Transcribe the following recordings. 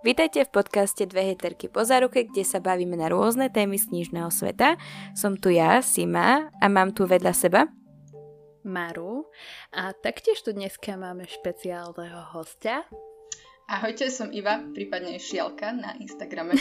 Vítajte v podcaste Dve heterky po záruke, kde sa bavíme na rôzne témy z knižného sveta. Som tu ja, Sima, a mám tu vedľa seba Maru. A taktiež tu dneska máme špeciálneho hostia. Ahojte, som Iva, prípadne Šialka na Instagrame.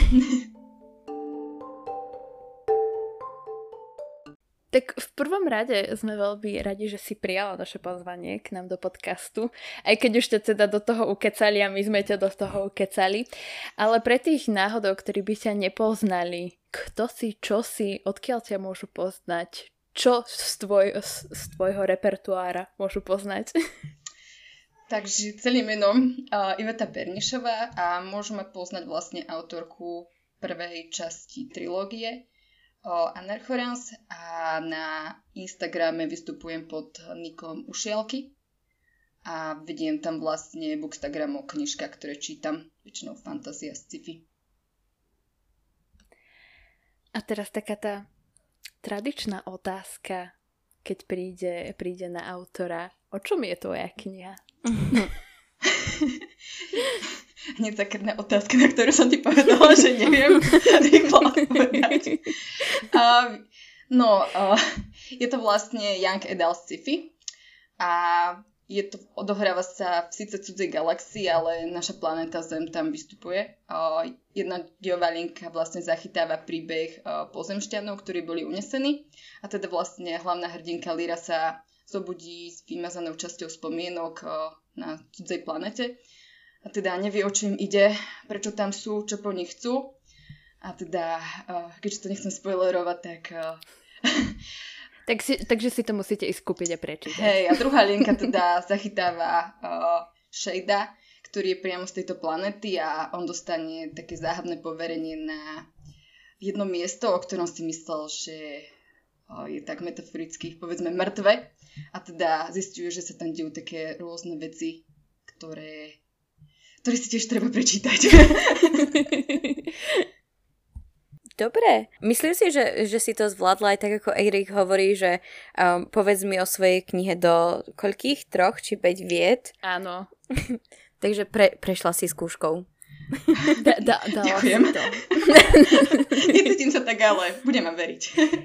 Tak v prvom rade sme veľmi radi, že si prijala naše pozvanie k nám do podcastu. Aj keď už ťa teda do toho ukecali a my sme ťa do toho ukecali. Ale pre tých náhodou, ktorí by ťa nepoznali, kto si, čo si, odkiaľ ťa môžu poznať, čo z tvojho repertoára môžu poznať? Takže celým menom Iveta Pernišová a môžu ma poznať vlastne autorku prvej časti trilógie o Anarchorans a na Instagrame vystupujem pod nikom Ušialky a vediem tam vlastne bookstagram o knižkách, ktoré čítam, väčšinou fantasy a sci-fi. A teraz taká tá tradičná otázka, keď príde na autora. O čom je tvoja kniha? Hneď zakrná otázka, na ktorú som ti povedala, že neviem rýchlo odpovedať. Je to vlastne Young Adult Sci-Fi a odohráva sa v síce cudzej galaxii, ale naša planéta Zem tam vystupuje. Jedna diová linka vlastne zachytáva príbeh pozemšťanov, ktorí boli unesení a teda vlastne hlavná hrdinka Lyra sa zobudí s vymazanou časťou spomienok na cudzej planete. A teda nevie, o čo im ide, prečo tam sú, čo po nich chcú. A teda, keďže to nechcem spoilerovať, tak... Takže si to musíte ísť kúpiť a prečítať. Hej, a druhá linka teda zachytáva Shada, ktorý je priamo z tejto planety a on dostane také záhadné poverenie na jedno miesto, o ktorom si myslel, že je tak metaforicky, povedzme, mŕtve. A teda zisťuje, že sa tam dejú také rôzne veci, ktoré si tiež treba prečítať. Dobre. Myslím si, že si to zvládla aj tak, ako Erik hovorí, že povedz mi o svojej knihe do koľkých? 3 či 5 vied? Áno. Takže prešla si skúškou. Dala si to. Necítim sa tak, ale budem vám veriť.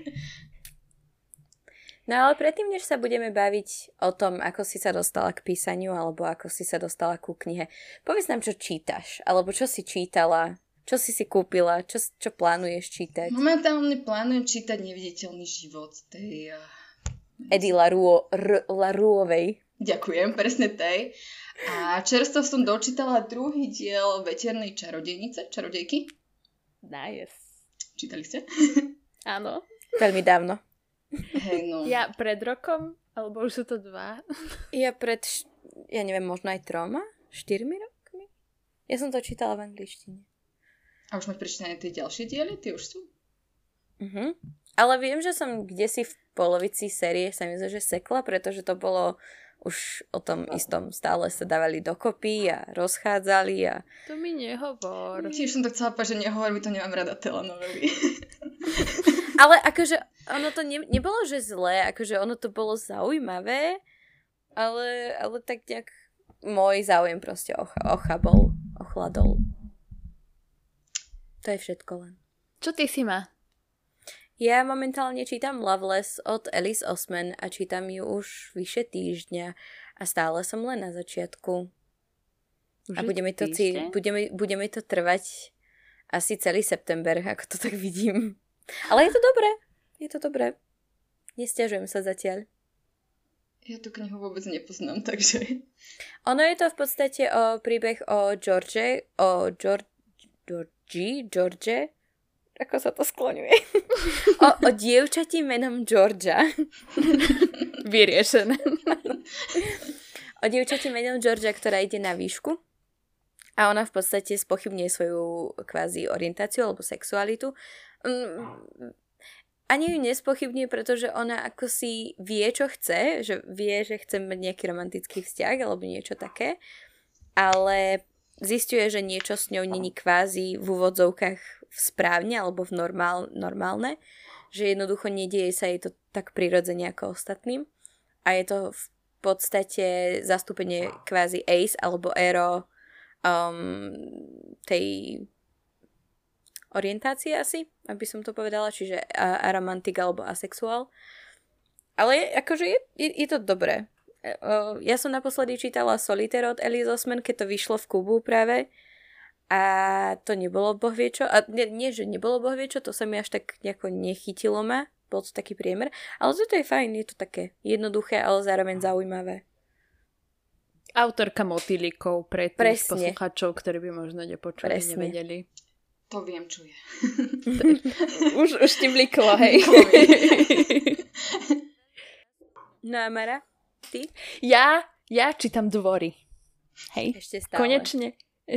No ale predtým, než sa budeme baviť o tom, ako si sa dostala k písaniu alebo ako si sa dostala ku knihe, povedz nám, čo čítaš, alebo čo si čítala, čo si kúpila, čo plánuješ čítať. Momentálne plánujem čítať Neviditeľný život tej... Eddy Laruovej. Ďakujem, presne tej. A čerstvo som dočítala druhý diel Veternej čarodejky. Nice. Čítali ste? Áno. Veľmi dávno. Hej, no. Ja pred rokom, alebo už sú to 2? Ja neviem, možno aj 3, 4 rokmi. Ja som to čítala v angličtine. A už máš prečítané tie ďalšie diely? Tie už sú? Ale viem, že som kdesi v polovici série sa mi zdá, že sekla, pretože to bolo už o tom istom. Stále sa dávali dokopy a rozchádzali a... To mi nehovor. Tiež som to chcela povedať, že nehovor, mi to nemám rada telenovely. Ale akože ono to nebolo, že zlé, akože ono to bolo zaujímavé, ale tak nejak môj záujem proste ochladol. To je všetko len. Čo ty si ma? Ja momentálne čítam Loveless od Alice Oseman a čítam ju už vyše týždňa a stále som len na začiatku. A bude mi to trvať asi celý september, ako to tak vidím. Ale je to dobré. Nesťažujem sa zatiaľ. Ja tú knihu vôbec nepoznám, takže... Ono je to v podstate príbeh o George, ako sa to skloňuje? o dievčati menom Georgia. Vyriešené. O dievčati menom Georgia, ktorá ide na výšku. A ona v podstate spochybňuje svoju kvázi orientáciu alebo sexualitu. Ani ju nespochybňuje, pretože ona ako si vie, čo chce, že vie, že chce mať nejaký romantický vzťah alebo niečo také, ale zisťuje, že niečo s ňou není kvázi v úvodzovkách správne alebo v normálne, že jednoducho nedieje sa jej to tak prirodzene ako ostatným a je to v podstate zastúpenie kvázi Ace alebo Ero tej orientácie asi, aby som to povedala, čiže aromantik alebo asexuál. Ale akože je to dobré. Ja som naposledy čítala Solitaire od Alice Oseman, keď to vyšlo v Kubu práve. A to nebolo bohviečo. A nie, že nebolo bohviečo, to sa mi až tak nejako nechytilo ma. Bol to taký priemer. Ale toto je fajn, je to také jednoduché, ale zároveň zaujímavé. Autorka motýlikov pre tých poslucháčov, ktorí by možno nepočuli, nevedeli. To viem, čo je. už ti bliklo, hej. No a Mara, ty? Ja čítam Dvory. Hej. Ešte stále. Konečne.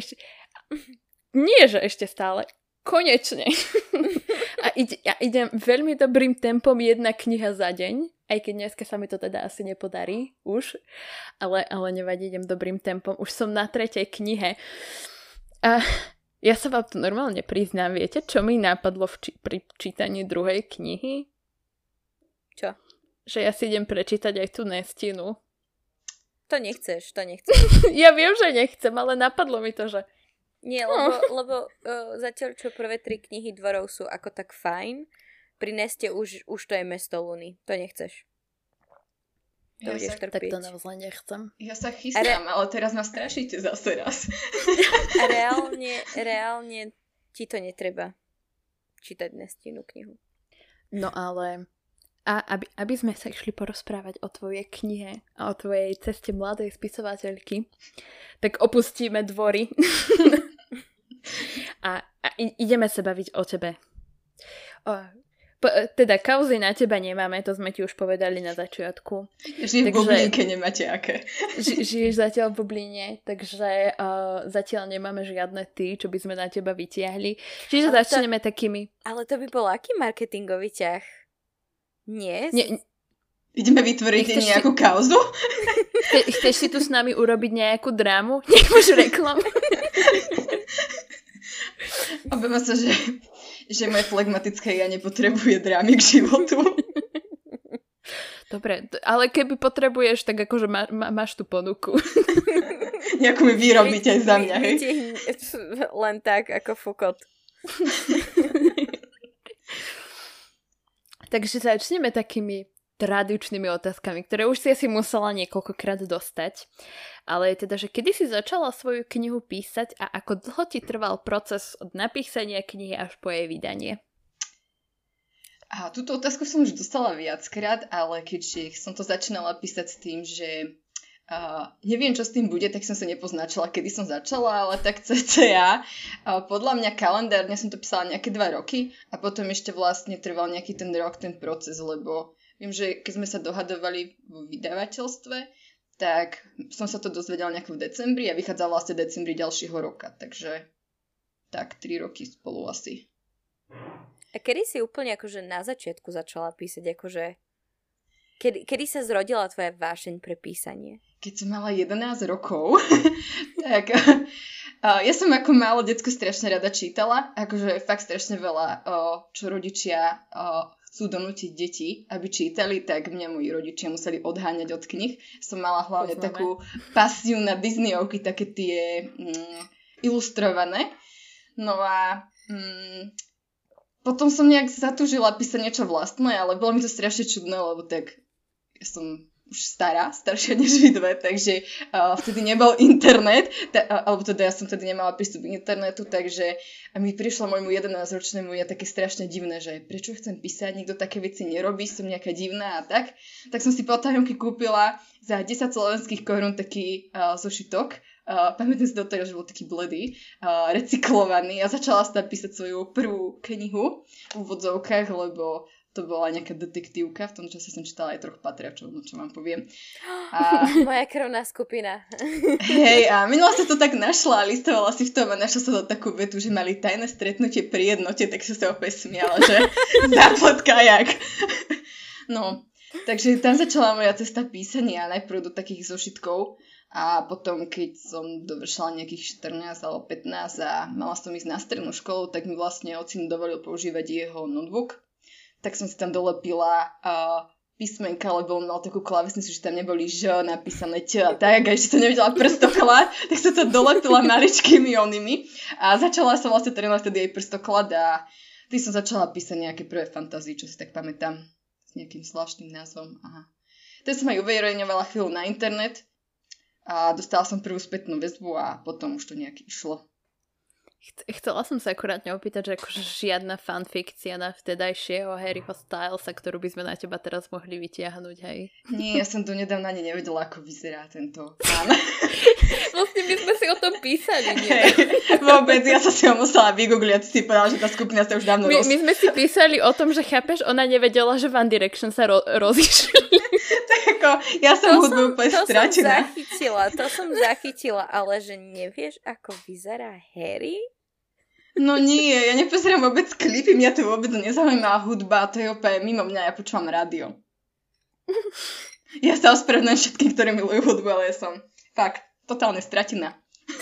Nie, že ešte stále. Konečne. A idem veľmi dobrým tempom, jedna kniha za deň. Aj keď dneska sa mi to teda asi nepodarí už. Ale nevadí, idem dobrým tempom. Už som na 3. knihe. A ja sa vám to normálne priznám. Viete, čo mi napadlo pri čítaní 2. knihy? Čo? Že ja si idem prečítať aj tú Nestinu. To nechceš. Ja viem, že nechcem, ale napadlo mi to, že... Nie, lebo zatiaľ, čo prvé 3 knihy Dvorov sú ako tak fajn, pri Neste už to je Mesto Luny. To nechceš. To budeš trpieť. Tak to naozaj nechcem. Ja sa chystám, ale teraz ma strašíte zase raz. A reálne ti to netreba čítať Nestinu knihu. No ale... A aby sme sa išli porozprávať o tvojej knihe a o tvojej ceste mladej spisovateľky, tak opustíme Dvory a ideme sa baviť o tebe. Teda kauzy na teba nemáme, to sme ti už povedali na začiatku. Žiješ v bublinke, nemáte aké. Žiješ zatiaľ v bubline, takže zatiaľ nemáme žiadne ty, čo by sme na teba vytiahli. Čiže začneme takými... Ale to by bol aký marketingový ťah? Nie. Ideme vytvoriť nejakú kauzu? Chceš si tu s nami urobiť nejakú drámu? Nejakú reklamu? Obávam sa, že moje flegmatické ja nepotrebuje drámy k životu. Dobre, ale keby potrebuješ, tak akože máš tú ponuku. Nejakú mi vyrobiť aj za mňa, hej? Len tak, ako fukot. Takže začneme takými tradičnými otázkami, ktoré už si asi musela niekoľkokrát dostať. Ale teda, že kedy si začala svoju knihu písať a ako dlho ti trval proces od napísania knihy až po jej vydanie? A túto otázku som už dostala viackrát, ale keďže som to začínala písať s tým, že neviem, čo s tým bude, tak som sa nepoznačila, kedy som začala, ale tak cca. Podľa mňa kalendárne som to písala nejaké 2 roky a potom ešte vlastne trval nejaký ten rok, ten proces, lebo viem, že keď sme sa dohadovali vo vydavateľstve, tak som sa to dozvedela nejako v decembri a vychádzala vlastne v decembri ďalšieho roka, takže tak 3 roky spolu asi. A kedy si úplne akože na začiatku začala písať, akože kedy sa zrodila tvoja vášeň pre písanie? Keď som mala 11 rokov, tak ja som ako málo decko strašne rada čítala, akože fakt strašne veľa, čo rodičia chcú donútiť deti, aby čítali, tak mňa moji rodičia museli odháňať od knih. Som mala hlavne takú pasiu na Disneyovky, také tie ilustrované. No a potom som nejak zatúžila písať niečo vlastné, ale bolo mi to strašne čudné, lebo tak ja som už staršia než vy dve, takže vtedy nebol internet, alebo teda ja som vtedy nemala prístup k internetu, takže mi prišlo môjmu 11-ročnému ja také strašne divné, že prečo chcem písať, nikto také veci nerobí, som nejaká divná a tak. Tak som si po tajomky kúpila za 10 slovenských korún taký zošitok, pamätám si do toho, že bol taký bledý, recyklovaný a začala sa písať svoju prvú knihu v úvodzovkách, lebo to bola nejaká detektívka, v tom čase som čítala aj 3 patriačov, no čo vám poviem. Moja krvná skupina. Hej, a minula sa to tak našla a listovala si v tom a našla sa to takú vetu, že mali tajné stretnutie pri jednote, tak sa opäť smiala, že záplod kajak. No, takže tam začala moja cesta písania, najprv do takých zošitkov a potom, keď som dovršala nejakých 14 alebo 15 a mala som ísť na strednú školu, tak mi vlastne ocino dovolil používať jeho notebook. Tak som si tam dolepila písmenka, lebo on mal takú klávesnicu, že tam neboli Ž napísané Č a tak, a ešte som nevedela prstoklad, tak som sa dolepila maličkými onými a začala som vlastne trénovať vtedy aj prstoklad a tým som začala písať nejaké prvé fantázie, čo si tak pamätám, s nejakým zvláštnym názvom. Aha. Teď som aj uverejňovala chvíľu na internet a dostala som prvú spätnú väzbu a potom už to nejak išlo. Chcela som sa akurát opýtať, že akože žiadna fanfikcia na vtedajšieho Harryho Stylesa, ktorú by sme na teba teraz mohli vytiahnuť, hej? Nie, ja som do nedávna ani nevedela, ako vyzerá tento pán. Vlastne my sme si o tom písali, nie? Hej, vôbec, ja som si ho musela vygoogliať, si povedala, že tá skupina sa už dávno my sme si písali o tom, že chápeš, ona nevedela, že One Direction sa rozišli. Tak ako, ja som hudbu úplne stratená. To som zachytila, ale že nevieš, ako vyzerá Harry? No nie, ja nepozerám vôbec klipy, mňa to vôbec nezaujíma hudba, to je úplne mimo mňa, ja počúvam rádio. Ja sa ospravedlňujem všetkým, ktorí milujú hudbu, ale ja som fakt totálne stratená.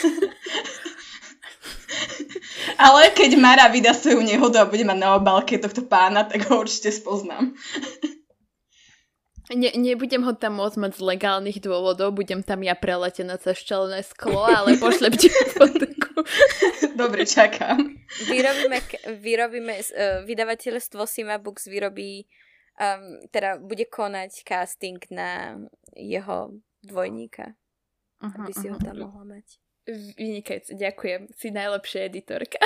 Ale keď Mara vydá svoju nehodu a bude mať na obálke tohto pána, tak ho určite spoznám. Nebudem ho tam môcť mať z legálnych dôvodov, budem tam ja preletená cez čelné sklo, ale pošlem ti fotku. Dobre, čakám. Vydavateľstvo Sima Books vyrobí, teda bude konať casting na jeho dvojníka, aby si ho tam mohla mať. Vynikajúce, ďakujem. Si najlepšia editorka.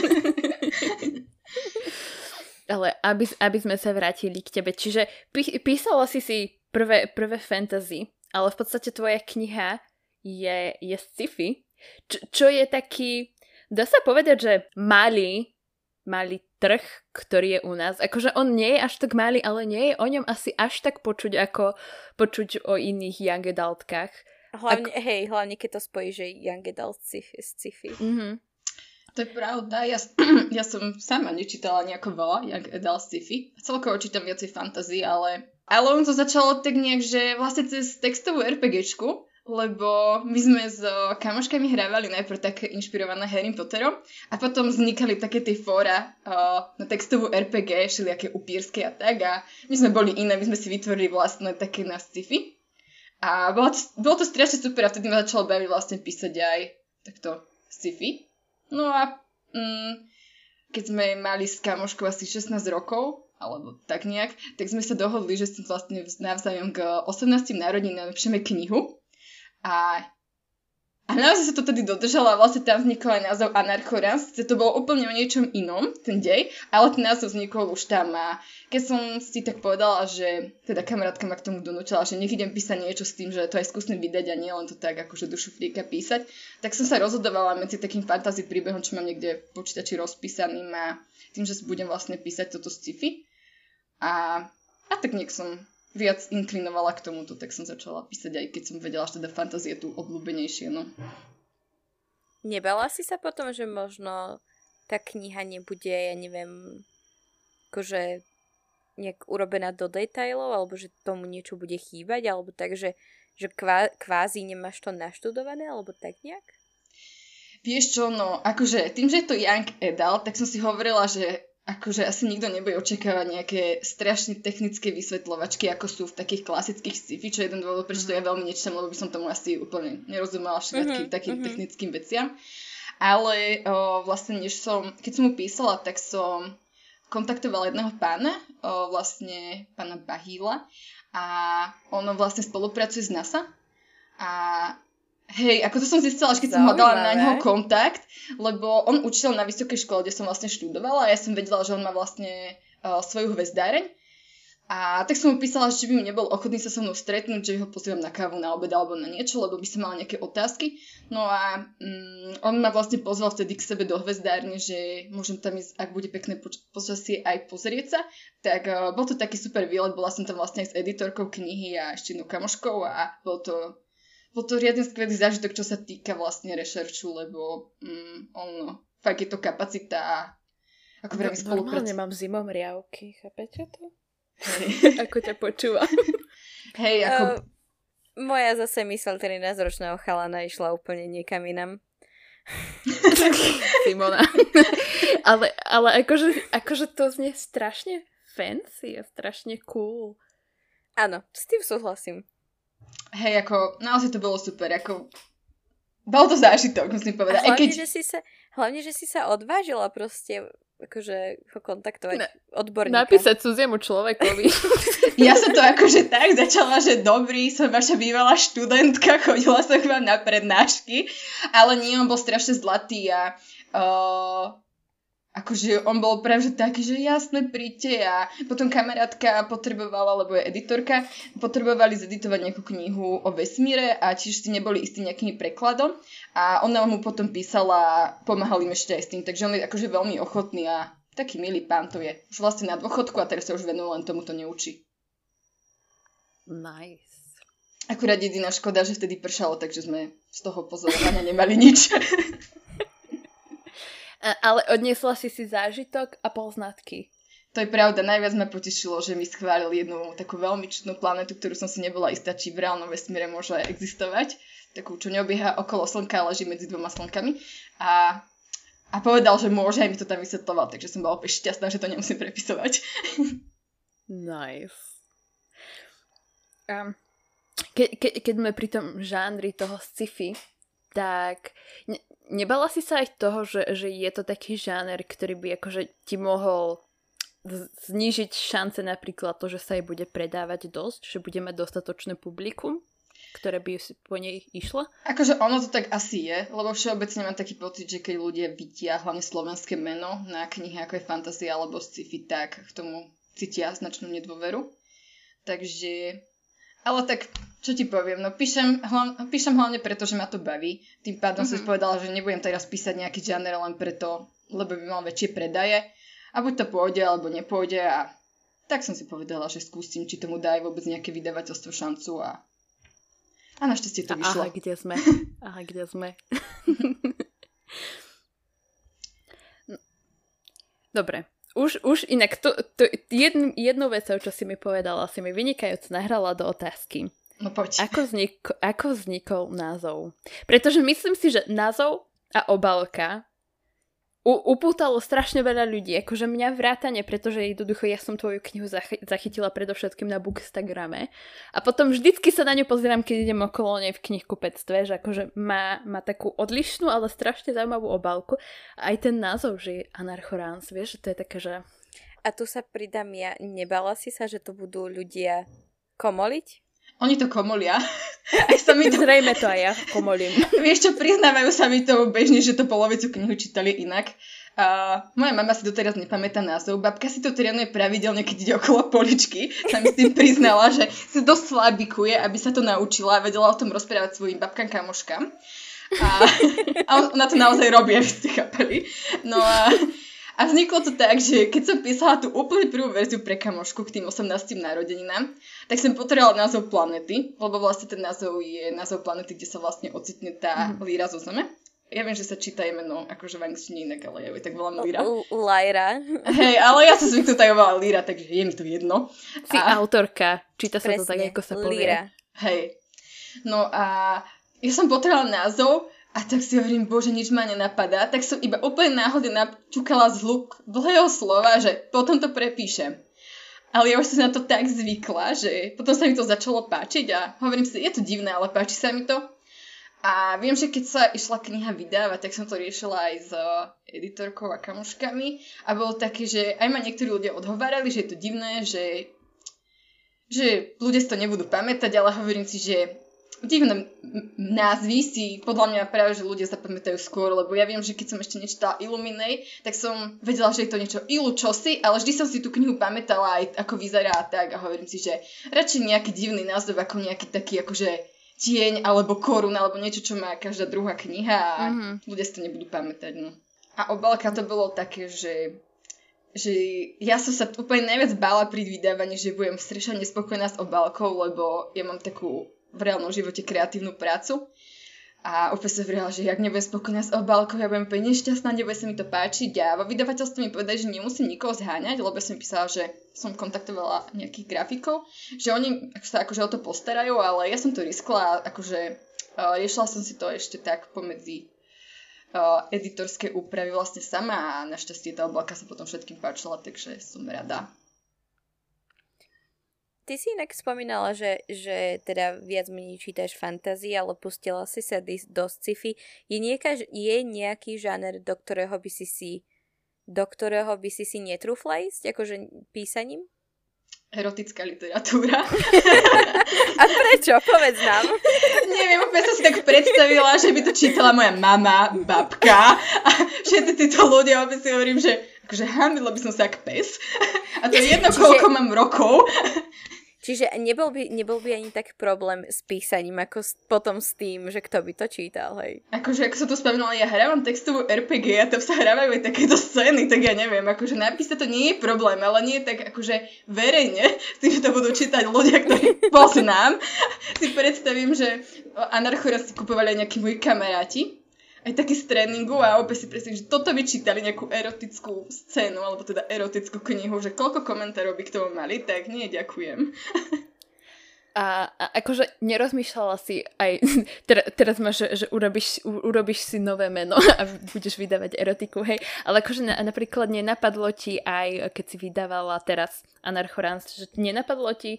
Ale aby sme sa vrátili k tebe. Čiže písala si prvé fantasy, ale v podstate tvoja kniha je sci-fi. Čo je taký, dá sa povedať, že malý trh, ktorý je u nás. Akože on nie je až tak malý, ale nie je o ňom asi až tak počuť, ako počuť o iných young adultkách. Hlavne keď to spojí, že young adult sci-fi. Mm-hmm. To je pravda, ja som sama nečítala nejako veľa young adult sci-fi. Celkovo čítam viacej fantasy, ale on to začalo tak nejak, že vlastne cez textovú RPGčku, lebo my sme s kamoškami hrávali najprv také inšpirované Harry Potterom a potom vznikali také tie fóra na textovú RPG, všelijaké upírske a tak a my sme boli iné, my sme si vytvorili vlastné také na sci-fi a bolo to strašne super a vtedy ma začalo baviť vlastne písať aj takto sci-fi. No a keď sme mali s kamoškou asi 16 rokov, alebo tak nejak, tak sme sa dohodli, že si vlastne navzájom k 18. narodinám napíšeme knihu. A naozaj sa to tedy dodržalo a vlastne tam vznikol aj názov Anarchorans. To bolo úplne o niečom inom, ten dej, ale ten názov vznikol už tam a keď som si tak povedala, že teda kamarátka ma k tomu donúčala, že nech idem písať niečo s tým, že to aj skúsim vydať a nie len to tak akože do šuflíka písať, tak som sa rozhodovala medzi takým fantasy príbehom, čo mám niekde v počítači rozpísaným a tým, že budem vlastne písať toto sci-fi. A tak nejak som viac inklinovala k tomuto, tak som začala písať, aj keď som vedela, že teda fantázie je tu obľúbenejšie, no. Nebala si sa potom, že možno tá kniha nebude, ja neviem, akože nejak urobená do detailov, alebo že tomu niečo bude chýbať, alebo tak, že kvázi nemáš to naštudované, alebo tak nejak? Vieš čo, no, akože tým, že je to young adult, tak som si hovorila, že akože asi nikto nebude očakávať nejaké strašne technické vysvetľovačky, ako sú v takých klasických sci-fi, čo je jeden dôvod, prečo to ja veľmi nečítam, lebo by som tomu asi úplne nerozumela všetkým takým technickým veciam. Ale vlastne keď som mu písala, tak som kontaktovala jedného pána, vlastne pána Bahíla a on vlastne spolupracuje s NASA a hej, ako to som zistila, až keď som hľadala na neho kontakt, lebo on učil na vysokej škole, kde som vlastne študovala a ja som vedela, že on má vlastne svoju hvezdáreň a tak som mu písala, že by mi nebol ochotný sa so mnou stretnúť, že ho pozývam na kávu, na obed alebo na niečo, lebo by som mala nejaké otázky. No a on ma vlastne pozval vtedy k sebe do hvezdárne, že môžem tam ísť, ak bude pekné počasie, aj pozrieť sa. Tak bol to taký super výlet, bola som tam vlastne aj s editorkou knihy a ešte jednou kamoškou a bol to riadne skvelý zážitok, čo sa týka vlastne rešerču, lebo fakt je to kapacita a ako veľmi spolupráca. Normálne mám zimom riavky, chápete to? Hej. Ako ťa počúvam. Hej, ako... Moja zase mysel 13-ročného chalana išla úplne niekam inam. Simona. ale akože to znie strašne fancy a strašne cool. Áno, s tým súhlasím. Hej, ako, naozaj to bolo super, ako, bol to zážitok, musím povedať. A hlavne, že si sa odvážila proste, akože ho kontaktovať odborníka. Napísať cudziemu človekovi. Ja som to akože tak začala, že dobrý, som vaša bývalá študentka, chodila som k vám na prednášky, ale nie, on bol strašne zlatý a akože on bol práve taký, že jasne, príďte a potom kamarátka potrebovala, lebo je editorka, potrebovali zeditovať nejakú knihu o vesmíre a tiež si neboli istí nejakým prekladom a ona mu potom písala a pomáhali im ešte aj s tým, takže on je akože veľmi ochotný a taký milý pán to je. Už vlastne na dôchodku a teraz sa už venuje, len tomuto neučí. Nice. Akurát jediná škoda, že vtedy pršalo, takže sme z toho pozorovania nemali nič. Ale odniesla si zážitok a poznatky. To je pravda, najviac ma potešilo, že mi schválili jednu takú veľmi čudnú planetu, ktorú som si nebola istá, či v reálnom vesmíre môže existovať. Takú, čo neobieha okolo Slnka, leží medzi dvoma slnkami. A povedal, že môže, aj mi to tam vysvetloval, takže som bola opäť šťastná, že to nemusím prepisovať. Nice. Keď sme pri tom žánri toho sci-fi, tak nebala si sa aj toho, že je to taký žáner, ktorý by akože ti mohol znížiť šance napríklad to, že sa jej bude predávať dosť, že bude mať dostatočné publikum, ktoré by po nej išlo? Akože ono to tak asi je, lebo všeobecne mám taký pocit, že keď ľudia vidia hlavne slovenské meno na knihy ako je fantasy alebo sci-fi, tak k tomu cítia značnú nedôveru. Takže... Ale tak, čo ti poviem, no píšem hlavne preto, že ma to baví. Tým pádom som si povedala, že nebudem teraz písať nejaký žáner len preto, lebo by mal väčšie predaje. A buď to pôjde, alebo nepôjde a tak som si povedala, že skúsim, či tomu dá vôbec nejaké vydavateľstvo šancu a našťastie to vyšlo. Aha, kde sme. Dobre. Už inak, jednou vecou, čo si mi povedala, si mi vynikajúco nahrala do otázky. No poď. Ako vznikol názov? Pretože myslím si, že názov a obálka upútalo strašne veľa ľudí, akože mňa vrátane, pretože jednoducho ja som tvoju knihu zachytila predovšetkým na Bookstagrame a potom vždycky sa na ňu pozerám, keď idem okolo nej v knihkupectve, že akože má takú odlišnú, ale strašne zaujímavú obálku a aj ten názov, že je Anarchorans, vieš, že to je také, že... A tu sa pridám ja, nebala si sa, že to budú ľudia komoliť? Oni to komolia. Aj sa mi to... Zrejme to aj ja komolím. Vieš čo, priznávajú sa mi to bežne, že to polovicu knihu čítali inak. Moja mama si doteraz nepamätá názov. Babka si to trénuje pravidelne, keď ide okolo poličky. Sa mi s tým priznala, že si dosť slabikuje, aby sa to naučila a vedela o tom rozprávať svojim babkám, kamoškám. A ona to naozaj robí, aby ste chápali. No a vzniklo to tak, že keď som písala tú úplne prvú verziu pre kamošku k tým 18. narodeninám, tak som potrebovala názov planety, lebo vlastne ten názov je názov planety, kde sa vlastne ocitne tá líra zo Zeme. Ja viem, že sa číta jej meno akože v angličtine inak, ale ja ju tak volám líra. Lyra. Hej, ale ja som zvyknutá ju volala líra, takže je mi to jedno. Si autorka, číta sa to tak, ako sa povie. Líra. Hej. No a ja som potrebovala názov, a tak si hovorím, bože, nič ma nenapadá. Tak som iba úplne náhodne naťukala zhluk dlhého slova, že potom to prepíšem. Ale ja už som na to tak zvykla, že potom sa mi to začalo páčiť a hovorím si, je to divné, ale páči sa mi to. A viem, že keď sa išla kniha vydávať, tak som to riešila aj s editorkou a kamoškami. A bolo také, že aj ma niektorí ľudia odhovárali, že je to divné, že ľudia si to nebudú pamätať, ale hovorím si, že divné názvy si podľa mňa práve, že ľudia zapamätajú skôr, lebo ja viem, že keď som ešte nečítala Illuminate, tak som vedela, že je to niečo čosi, ale vždy som si tú knihu pamätala aj ako vyzerá a tak a hovorím si, že radšej nejaký divný názov ako nejaký taký akože tieň alebo korun alebo niečo, čo má každá druhá kniha a ľudia si to nebudú pamätať. No. A obálka to bolo také, že ja som sa úplne najviac bála pri vydávaní, že budem strašne nespokojná s obálkou, lebo ja mám takú v reálnom živote kreatívnu prácu. A opäť som vrela, že jak nebudem spokojná s obálkou, ja budem úplne nešťastná, nebude sa mi to páčiť. A vo vydavateľstve mi povedali, že nemusím nikoho zháňať, lebo som písala, že som kontaktovala nejakých grafikov, že oni sa akože o to postarajú, ale ja som to riskla a akože riešila som si to ešte tak pomedzi editorské úpravy vlastne sama a našťastie tá obálka sa potom všetkým páčila, takže som rada. Ty si inak spomínala, že teda viac menej čítaš fantasy, ale pustila si sa do sci-fi. Je nejaký žáner, do ktorého by si netrúfla ísť, akože písaním? Erotická literatúra. A prečo? Povedz nám. Neviem, úplne som si tak predstavila, že by to čítala moja mama, babka a všetci títo ľudia, opäť si hovorím, že akože hamila by som sa jak pes. A to je jedno, koľko mám rokov. Čiže nebol by ani tak problém s písaním, ako potom s tým, že kto by to čítal, hej? Akože, ako som to spomínala, ja hrávam textovú RPG a tam sa hrávajú aj takéto scény, tak ja neviem, akože napísať to nie je problém, ale nie je tak akože verejne, s tým, že to budú čítať ľudia, ktorí poznám. Si predstavím, že Anarchora si kupovali aj nejakí moji kamaráti, aj taký z tréningu a opäť si predstavím, že toto by čítali nejakú erotickú scénu, alebo teda erotickú knihu, že koľko komentárov by k tomu mali, tak nie, ďakujem. A akože nerozmýšľala si aj, teraz máš, že urobíš si nové meno a budeš vydávať erotiku, hej, ale akože napríklad nenapadlo ti aj, keď si vydávala teraz Anarchorans, že nenapadlo ti,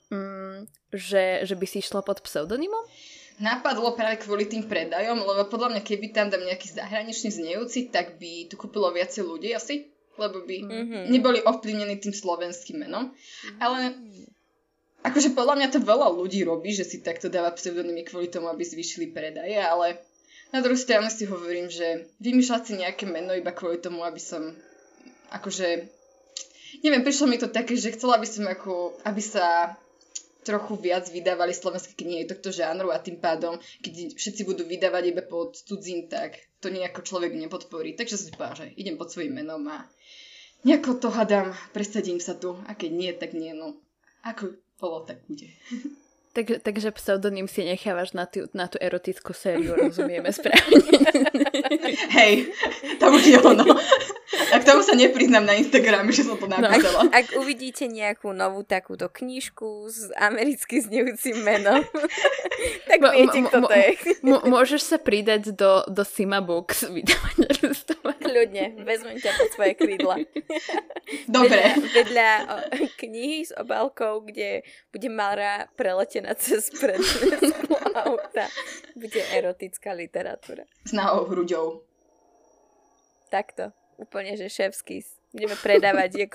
že by si išla pod pseudonymom? Napadlo práve kvôli tým predajom, lebo podľa mňa, keby tam dám nejaký zahraničný znejúci, tak by tu kúpilo viacej ľudí asi, lebo by neboli ovplyvnení tým slovenským menom. Ale akože podľa mňa to veľa ľudí robí, že si takto dáva pseudonymy kvôli tomu, aby zvýšili predaje, ale na druhú stranu si hovorím, že vymýšľať si nejaké meno iba kvôli tomu, aby som akože neviem, prišlo mi to také, že chcela by som aby sa trochu viac vydávali slovenské knihy tohto žánru a tým pádom, keď všetci budú vydávať iba pod cudzím, tak to nejako človek nepodporí. Takže si povedala, že idem pod svojím menom a nejako to hadám, presadím sa tu a keď nie, tak nie, no ako bolo, tak bude. Takže pseudonym si nechávaš na tú erotickú sériu, rozumieme správne. Hej, to už je ono. A k tomu sa nepriznám na Instagrame, že som to napísala. Ak uvidíte nejakú novú takúto knižku s americky znejúcim menom, tak viete, kto to je. Môžeš sa pridať do Sima Books vydávať. Kľudne, vezmem ťa pod svoje krídla. Dobre. Vedľa knihy s obálkou, kde bude Mara preletená cez predsklo auta, bude erotická literatúra. S nahou hruďou. Takto. Úplne, že šéfsky. Budeme predávať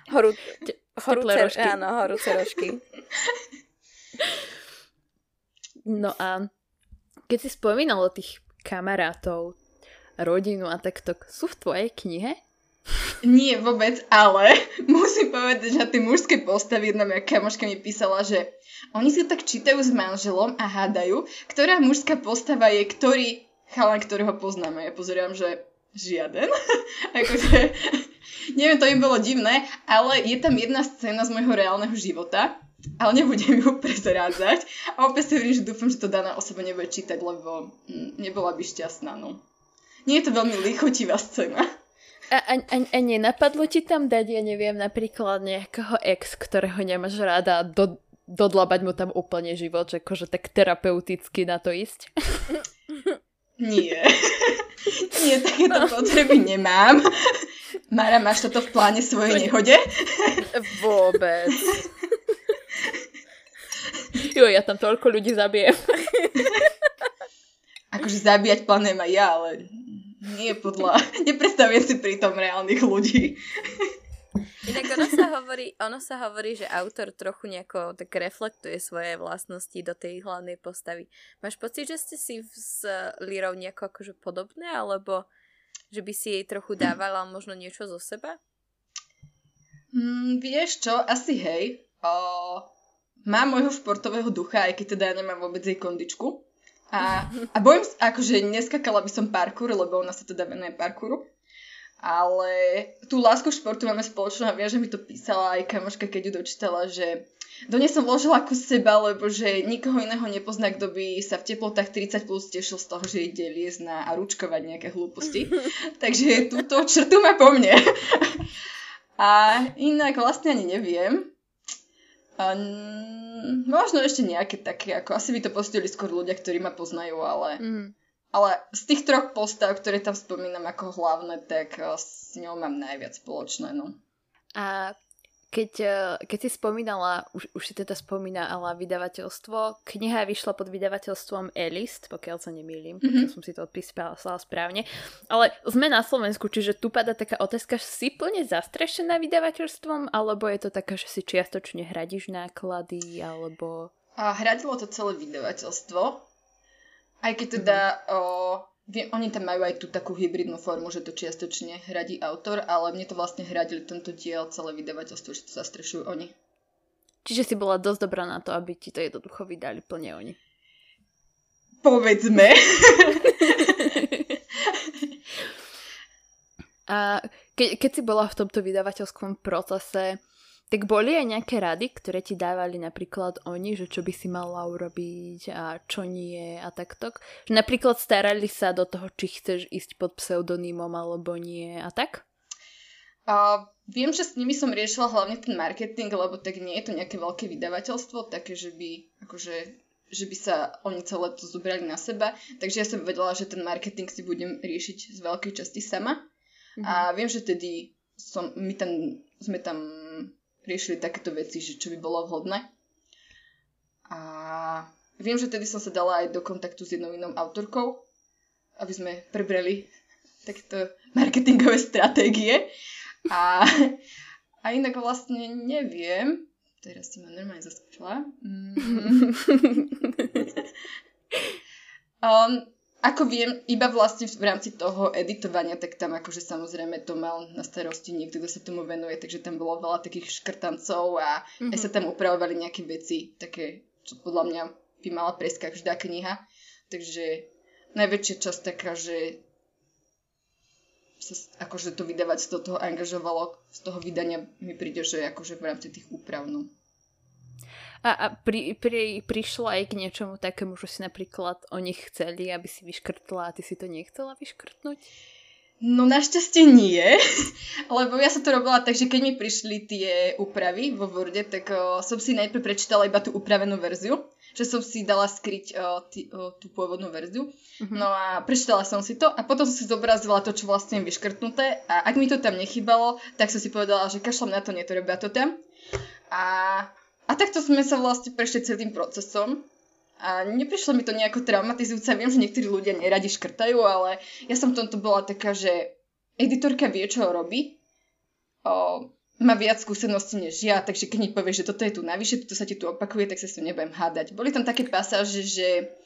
horúce rožky. No a keď si spomínal o tých kamarátov, rodinu a takto, sú v tvojej knihe? Nie vôbec, ale musím povedať, že tie mužské postavy, jedna moja kamoška mi písala, že oni si tak čítajú s manželom a hádajú, ktorá mužská postava je ktorý chalan, ktorého poznáme. Ja pozerám, že žiaden. Akože, neviem, to im bolo divné, ale je tam jedna scéna z môjho reálneho života, ale nebudem ju prezrádzať. A opäť si hovorím, že dúfam, že to daná osoba nebude čítať, lebo nebola by šťastná, no. Nie je to veľmi lichotivá scéna. A nenapadlo ti tam dať, ja neviem, napríklad nejakého ex, ktorého nemáš rada a dodlabať mu tam úplne život, že akože tak terapeuticky na to ísť? Nie. Nie, takéto potreby nemám. Mara, máš toto v pláne svojej nehode? Vôbec. Jo, ja tam toľko ľudí zabijem. Akože zabíjať plánujem aj ja, ale nie podľa... Nepredstavujem si pritom reálnych ľudí. Inak ono sa hovorí, že autor trochu nejako tak reflektuje svoje vlastnosti do tej hlavnej postavy. Máš pocit, že ste si s Lírou nejako akože podobné, alebo že by si jej trochu dávala možno niečo zo seba? Vieš čo, asi hej. Mám môjho športového ducha, aj keď teda ja nemám vôbec jej kondičku. A bojím sa, akože neskakala by som parkour, lebo ona sa teda venuje parkouru. Ale tú lásku športu máme spoločnú a viem, že mi to písala aj kamoška, keď ju dočítala, že do nej som vložila kus seba, lebo že nikoho iného nepozná, kto by sa v teplotách 30 plus tešil z toho, že ide liesť a ručkovať nejaké hlúposti. Takže túto črtu má po mne. A inak vlastne ani neviem. Možno ešte nejaké také, ako asi by to postili skôr ľudia, ktorí ma poznajú, ale z tých troch postav, ktoré tam spomínam ako hlavné, tak s ňou mám najviac spoločné, no. A Keď si spomínala, už si teda spomínala vydavateľstvo, kniha vyšla pod vydavateľstvom E-list, pokiaľ sa nemýlim, pokiaľ som si to odpísala správne. Ale sme na Slovensku, čiže tu padá taká otázka, si plne zastrešená vydavateľstvom, alebo je to taká, že si čiastočne hradíš náklady, alebo... A hradilo to celé vydavateľstvo, aj keď teda... Oni tam majú aj tú takú hybridnú formu, že to čiastočne hradí autor, ale mne to vlastne hradili tento diel celé vydavateľstvo, že to zastrešujú oni. Čiže si bola dosť dobrá na to, aby ti to jednoducho vydali plne oni. Povedzme. A keď si bola v tomto vydavateľskom procese, tak boli aj nejaké rady, ktoré ti dávali napríklad oni, že čo by si mala urobiť a čo nie a takto? Že napríklad starali sa do toho, či chceš ísť pod pseudonymom alebo nie a tak? Viem, že s nimi som riešila hlavne ten marketing, lebo tak nie je to nejaké veľké vydavateľstvo, také, že by sa oni celé to zobrali na seba. Takže ja som vedela, že ten marketing si budem riešiť z veľkej časti sama. A viem, že tedy sme tam riešili takéto veci, že čo by bolo vhodné. A viem, že tedy som sa dala aj do kontaktu s jednou inou autorkou, aby sme prebrali takéto marketingové stratégie. A inak vlastne neviem. Teraz si ma normálne zaskočila. Ako viem, iba vlastne v rámci toho editovania, tak tam akože samozrejme to mal na starosti niekto, kto sa tomu venuje, takže tam bolo veľa takých škrtancov a aj sa tam upravovali nejaké veci, také, čo podľa mňa by mala prejsť každá kniha. Takže najväčšia časť taká, že sa akože to vydavateľstvo toho angažovalo z toho vydania, mi príde, že akože v rámci tých úprav, no. A prišlo aj k niečomu takému, že si napríklad o nich chceli, aby si vyškrtla a ty si to nechcela vyškrtnúť? No našťastie nie, lebo ja som to robila tak, že keď mi prišli tie úpravy vo Worde, tak som si najprv prečítala iba tú upravenú verziu, že som si dala skryť tú pôvodnú verziu. No a prečítala som si to a potom som si zobrazila to, čo vlastne je vyškrtnuté a ak mi to tam nechýbalo, tak som si povedala, že kašľam na to, netreba to tam. A takto sme sa vlastne prešli celým procesom a neprišlo mi to nejako traumatizujúce. Viem, že niektorí ľudia neradi škrtajú, ale ja som tomto bola taká, že editorka vie, čo robí. Má viac skúseností než ja, takže keď mi povie, že toto je tu navyše, toto sa ti tu opakuje, tak sa s tým nebudem hádať. Boli tam také pasáže, že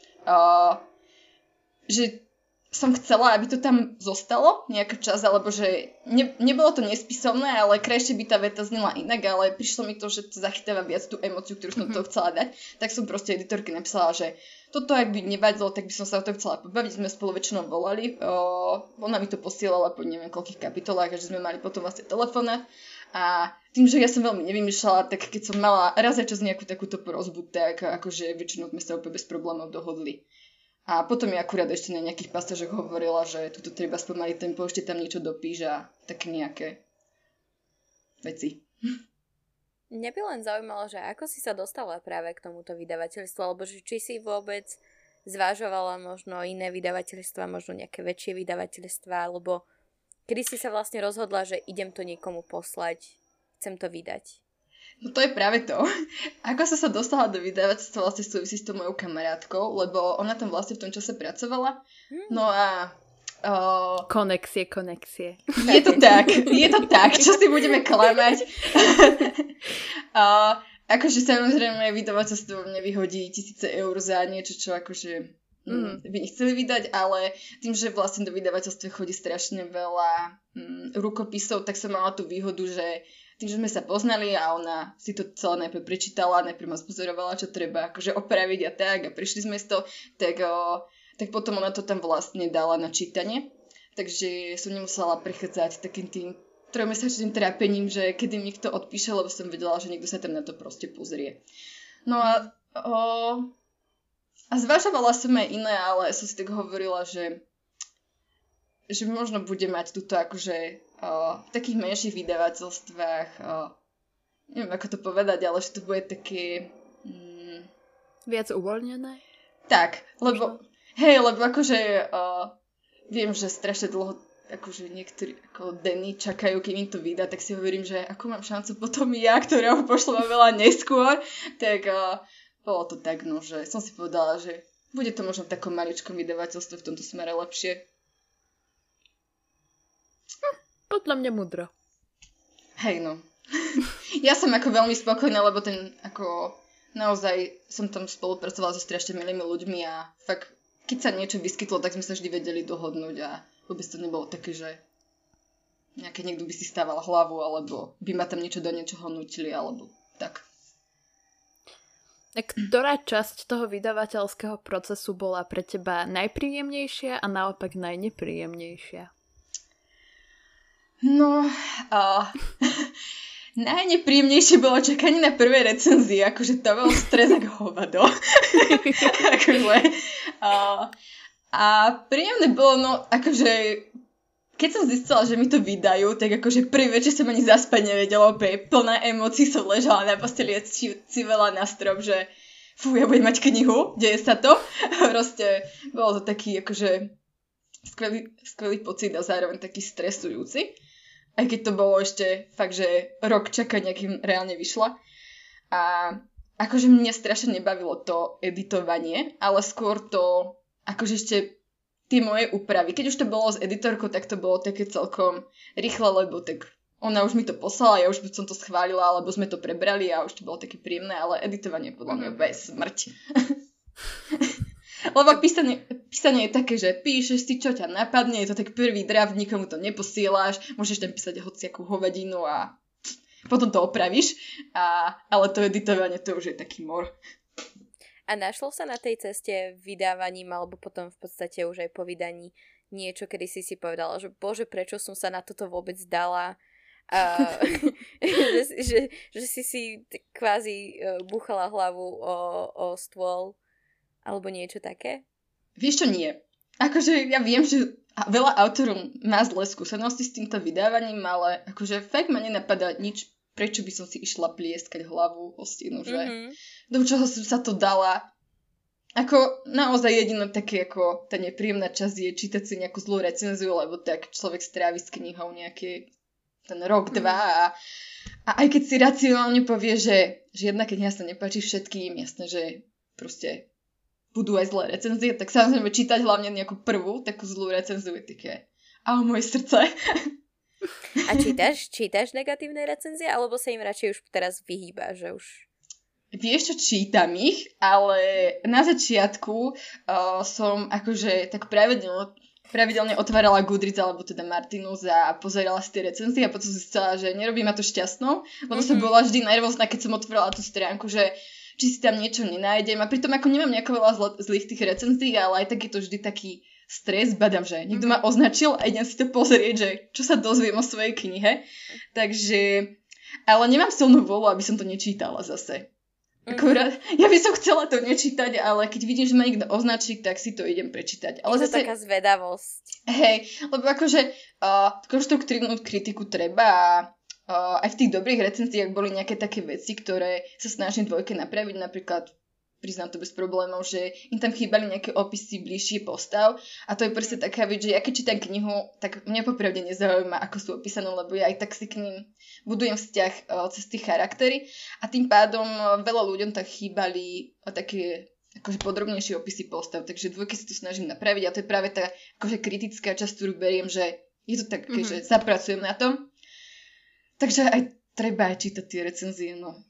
som chcela, aby to tam zostalo nejaká časť, alebo že nebolo to nespisovné, ale krajšie by tá veta znela inak, ale prišlo mi to, že to zachytáva viac tú emóciu, ktorú som to chcela dať. Tak som proste editorke napísala, že toto ak by nevadilo, tak by som sa o to chcela pobaviť. Sme spolu väčšinou volali, ona mi to posielala po neviem koľkých kapitolách, že sme mali potom vlastne telefonát. A tým, že ja som veľmi nevymýšľala, tak keď som mala raz za čas nejakú takúto prosbu, tak akože väčšinou sme sa úplne bez problémov dohodli. A potom mi akurát ešte na nejakých pasážoch hovorila, že tuto treba spomaliť tempo, ešte tam niečo dopíš a také nejaké veci. Mňa by len zaujímalo, že ako si sa dostala práve k tomuto vydavateľstvu, alebo že či si vôbec zvažovala možno iné vydavateľstva, možno nejaké väčšie vydavateľstva, alebo kedy si sa vlastne rozhodla, že idem to niekomu poslať, chcem to vydať. No to je práve to. Ako sa dostala do vydavateľstva, vlastne súvisí s tou mojou kamarátkou, lebo ona tam vlastne v tom čase pracovala. No a... Konexie. Je to tak, čo si budeme klamať. Akože samozrejme vydavateľstvo mne vyhodí 1000 eur za niečo, čo akože by nechceli vydať, ale tým, že vlastne do vydavateľstva chodí strašne veľa rukopisov, tak som mala tú výhodu, že tým, že sme sa poznali a ona si to celé najprv prečítala, najprv ma spozorovala, čo treba akože opraviť a tak a prišli sme z toho, tak potom ona to tam vlastne dala na čítanie. Takže som nemusela prechádzať takým tým 3-mesačným trápením, že kedy mi kto odpíše, lebo som vedela, že niekto sa tam na to proste pozrie. No a zvažovala som aj iné, ale som si tak hovorila, že možno bude mať túto akože v takých menších vydavateľstvách, neviem ako to povedať, ale že to bude také... Viac uvoľnené? Tak, lebo akože viem, že strašne dlho akože niektorí ako Danny čakajú, kým im to vydá, tak si hovorím, že ako mám šancu potom ja, ktorá ho pošla veľa neskôr, tak bolo to tak, no, že som si povedala, že bude to možno v takom maličkom vydavateľstve v tomto smere lepšie. Podľa mňa mudro. Hej, no. Ja som ako veľmi spokojná, lebo naozaj som tam spolupracovala so strašne milými ľuďmi a fakt, keď sa niečo vyskytlo, tak sme sa vždy vedeli dohodnúť a vôbec to nebolo také, že niekto by si stával hlavu, alebo by ma tam niečo do niečoho nutili, alebo tak. A ktorá časť toho vydavateľského procesu bola pre teba najpríjemnejšia a naopak najnepríjemnejšia? No, najnepríjemnejšie bolo čakanie na prvé recenzie, akože to bol stres ako hovado. Akože. A príjemné bolo, no, akože, keď som zistila, že mi to vydajú, tak akože prvý večer som ani zaspať nevedela, opäť plná emócií som ležala na posteli a civela na strop, že ja budem mať knihu, deje sa to. Proste bolo to taký, akože, skvelý pocit a zároveň taký stresujúci. Aj keď to bolo ešte fakt, že rok čakania, kým reálne vyšla. A akože mňa strašne nebavilo to editovanie, ale skôr to, akože ešte tie moje úpravy. Keď už to bolo s editorkou, tak to bolo také celkom rýchle, lebo tak ona už mi to poslala, ja už som to schválila, alebo sme to prebrali a už to bolo také príjemné, ale editovanie podľa mňa bez smrť. Lebo písanie je také, že píšeš si, čo ťa napadne, je to tak prvý draft, nikomu to neposieláš, môžeš tam písať hociakú hovadinu a potom to opravíš, ale to editovanie, to už je taký mor. A našlo sa na tej ceste vydávaním, alebo potom v podstate už aj po vydaní niečo, kedy si povedala, že bože, prečo som sa na toto vôbec dala? že si kvázi búchala hlavu o stôl, alebo niečo také? Vieš čo, nie. Akože ja viem, že veľa autorov má zlé skúsenosti s týmto vydávaním, ale akože fakt ma nenapadá nič, prečo by som si išla plieskať hlavu o stenu, že do čoho som sa to dala. Ako naozaj jediné také, ako tá nepríjemná časť je čítať si nejakú zlú recenziu, lebo tak človek strávi s knihou nejaký ten rok, dva a aj keď si racionálne povie, že jedna kniha sa nepáči všetkým, jasné, že proste budú aj zlé recenzie, tak samozrejme čítať hlavne nejakú prvú takú zlú recenziu je také moje srdce. A čítaš negatívne recenzie, alebo sa im radšej už teraz vyhýba, že už... Vieš čo, čítam ich, ale na začiatku som akože tak pravidelne otvárala Goodreads alebo teda Martinus a pozerala si tie recenzie a potom zistila, že nerobí ma to šťastnou, lebo som bola vždy nervózna, keď som otvorila tú stránku, že či si tam niečo nenájdem a pritom ako nemám nejako veľa zlých tých recenzií, ale aj tak je to vždy taký stres, badám, že niekto ma označil a idem si to pozrieť, že čo sa dozviem o svojej knihe, takže, ale nemám silnú vôľu, aby som to nečítala zase. Akurát, ja by som chcela to nečítať, ale keď vidím, že ma niekto označí, tak si to idem prečítať. Ale je to taká zvedavosť. Hej, lebo akože konštruktívnu kritiku treba a aj v tých dobrých recenziách boli nejaké také veci, ktoré sa snažím dvojke napraviť, napríklad priznám to bez problémov, že im tam chýbali nejaké opisy bližšie postav a to je proste taká vec, že ja keď čítam knihu, tak mňa popravde nezaujíma, ako sú opísané, lebo ja aj tak si k ním budujem vzťah cez tie charaktery a tým pádom veľa ľuďom tak chýbali také akože podrobnejšie opisy postav, takže dvojke si to snažím napraviť a to je práve tá akože kritická časť, ktorú beriem, že je to také, že zapracujem na tom. Takže aj treba aj čítať tie recenzie, no.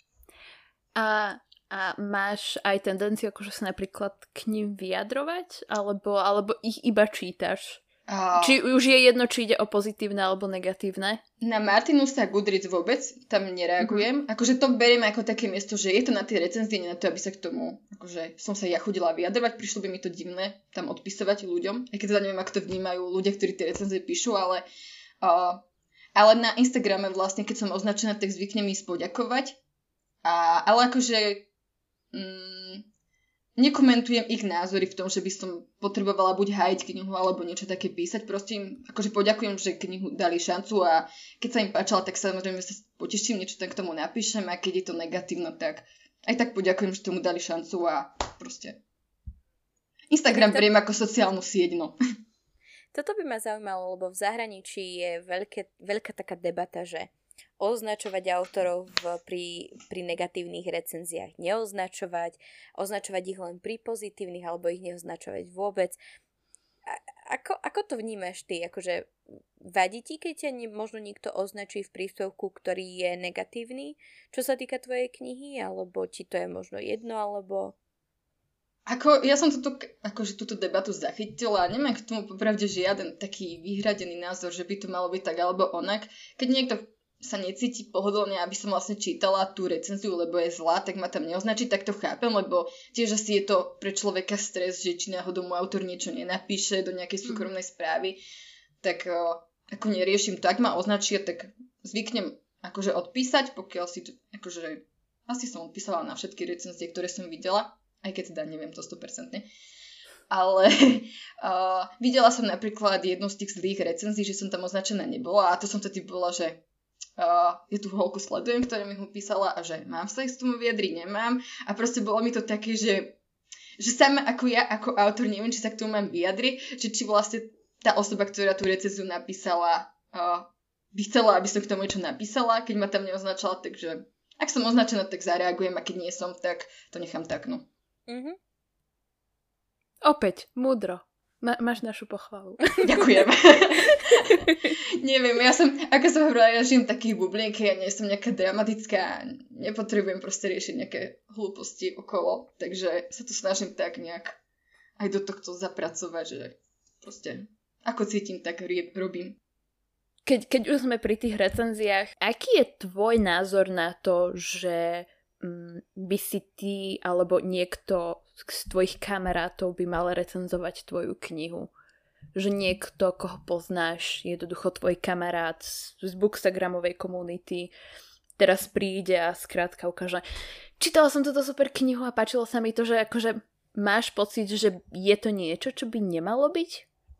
A máš aj tendenciu akože sa napríklad k ním vyjadrovať? Alebo ich iba čítaš? Či už je jedno, či ide o pozitívne alebo negatívne? Na Martinus a Goodreads vôbec tam nereagujem. Akože to beriem ako také miesto, že je to na tie recenzie, nie na to, aby sa k tomu, akože som sa ja chodila vyjadrovať. Prišlo by mi to divné tam odpisovať ľuďom. Aj keď teda neviem, ako to vnímajú ľudia, ktorí tie recenzie píšu, ale na Instagrame vlastne, keď som označená, tak zvyknem ísť poďakovať. Ale akože nekomentujem ich názory v tom, že by som potrebovala buď hájiť knihu alebo niečo také písať. Proste im akože poďakujem, že knihu dali šancu a keď sa im páčala, tak samozrejme sa poteším, niečo tam k tomu napíšem a keď je to negatívno, tak aj tak poďakujem, že tomu dali šancu a proste Instagram beriem ako sociálnu sieť, no. Toto by ma zaujímalo, lebo v zahraničí je veľká taká debata, že označovať autorov pri negatívnych recenziách, označovať ich len pri pozitívnych, alebo ich neoznačovať vôbec. Ako to vnímaš ty? Akože vadí ti, keď ťa možno niekto označí v príspevku, ktorý je negatívny, čo sa týka tvojej knihy, alebo ti to je možno jedno, alebo... Ja som túto debatu zachytila a nemám k tomu popravde žiaden taký vyhradený názor, že by to malo byť tak alebo onak. Keď niekto sa necíti pohodlne, aby som vlastne čítala tú recenziu, lebo je zlá, tak ma tam neoznačí, tak to chápem, lebo tiež asi je to pre človeka stres, že či náhodou mu autor niečo nenapíše do nejakej súkromnej správy, tak ako neriešim to. Ak ma označia, tak zvyknem akože odpísať, pokiaľ si to, akože asi som odpísala na všetky recenzie, ktoré som videla, aj keď teda neviem to 100%. Ale videla som napríklad jednu z tých zlých recenzií, že som tam označená nebola a to som tedy bola, že ja tú holku sledujem, ktorá mi ho písala a že mám sa ísť tomu vyjadriť, nemám. A proste bolo mi to také, že sama ako ja, ako autor, neviem, či sa k tomu mám vyjadriť, že či vlastne tá osoba, ktorá tú recenziu napísala, by chcela, aby som k tomu niečo napísala, keď ma tam neoznačala, takže ak som označená, tak zareagujem a keď nie som, tak to nechám tak, no. Mm-hmm. Opäť, múdro. Máš našu pochvalu. Ďakujem. Neviem, ako som hovorila, ja žijem takých bublienky, ja nie som nejaká dramatická, nepotrebujem proste riešiť nejaké hlúposti okolo, takže sa to snažím tak nejak aj do tohto zapracovať, že proste ako cítim, tak robím. Keď už sme pri tých recenziách, aký je tvoj názor na to, že by si ty alebo niekto z tvojich kamarátov by mal recenzovať tvoju knihu? Že niekto, koho poznáš, jednoducho tvoj kamarát z bookstagramovej komunity, teraz príde a skrátka ukáže: čítala som túto super knihu a páčilo sa mi to, že akože máš pocit, že je to niečo, čo by nemalo byť?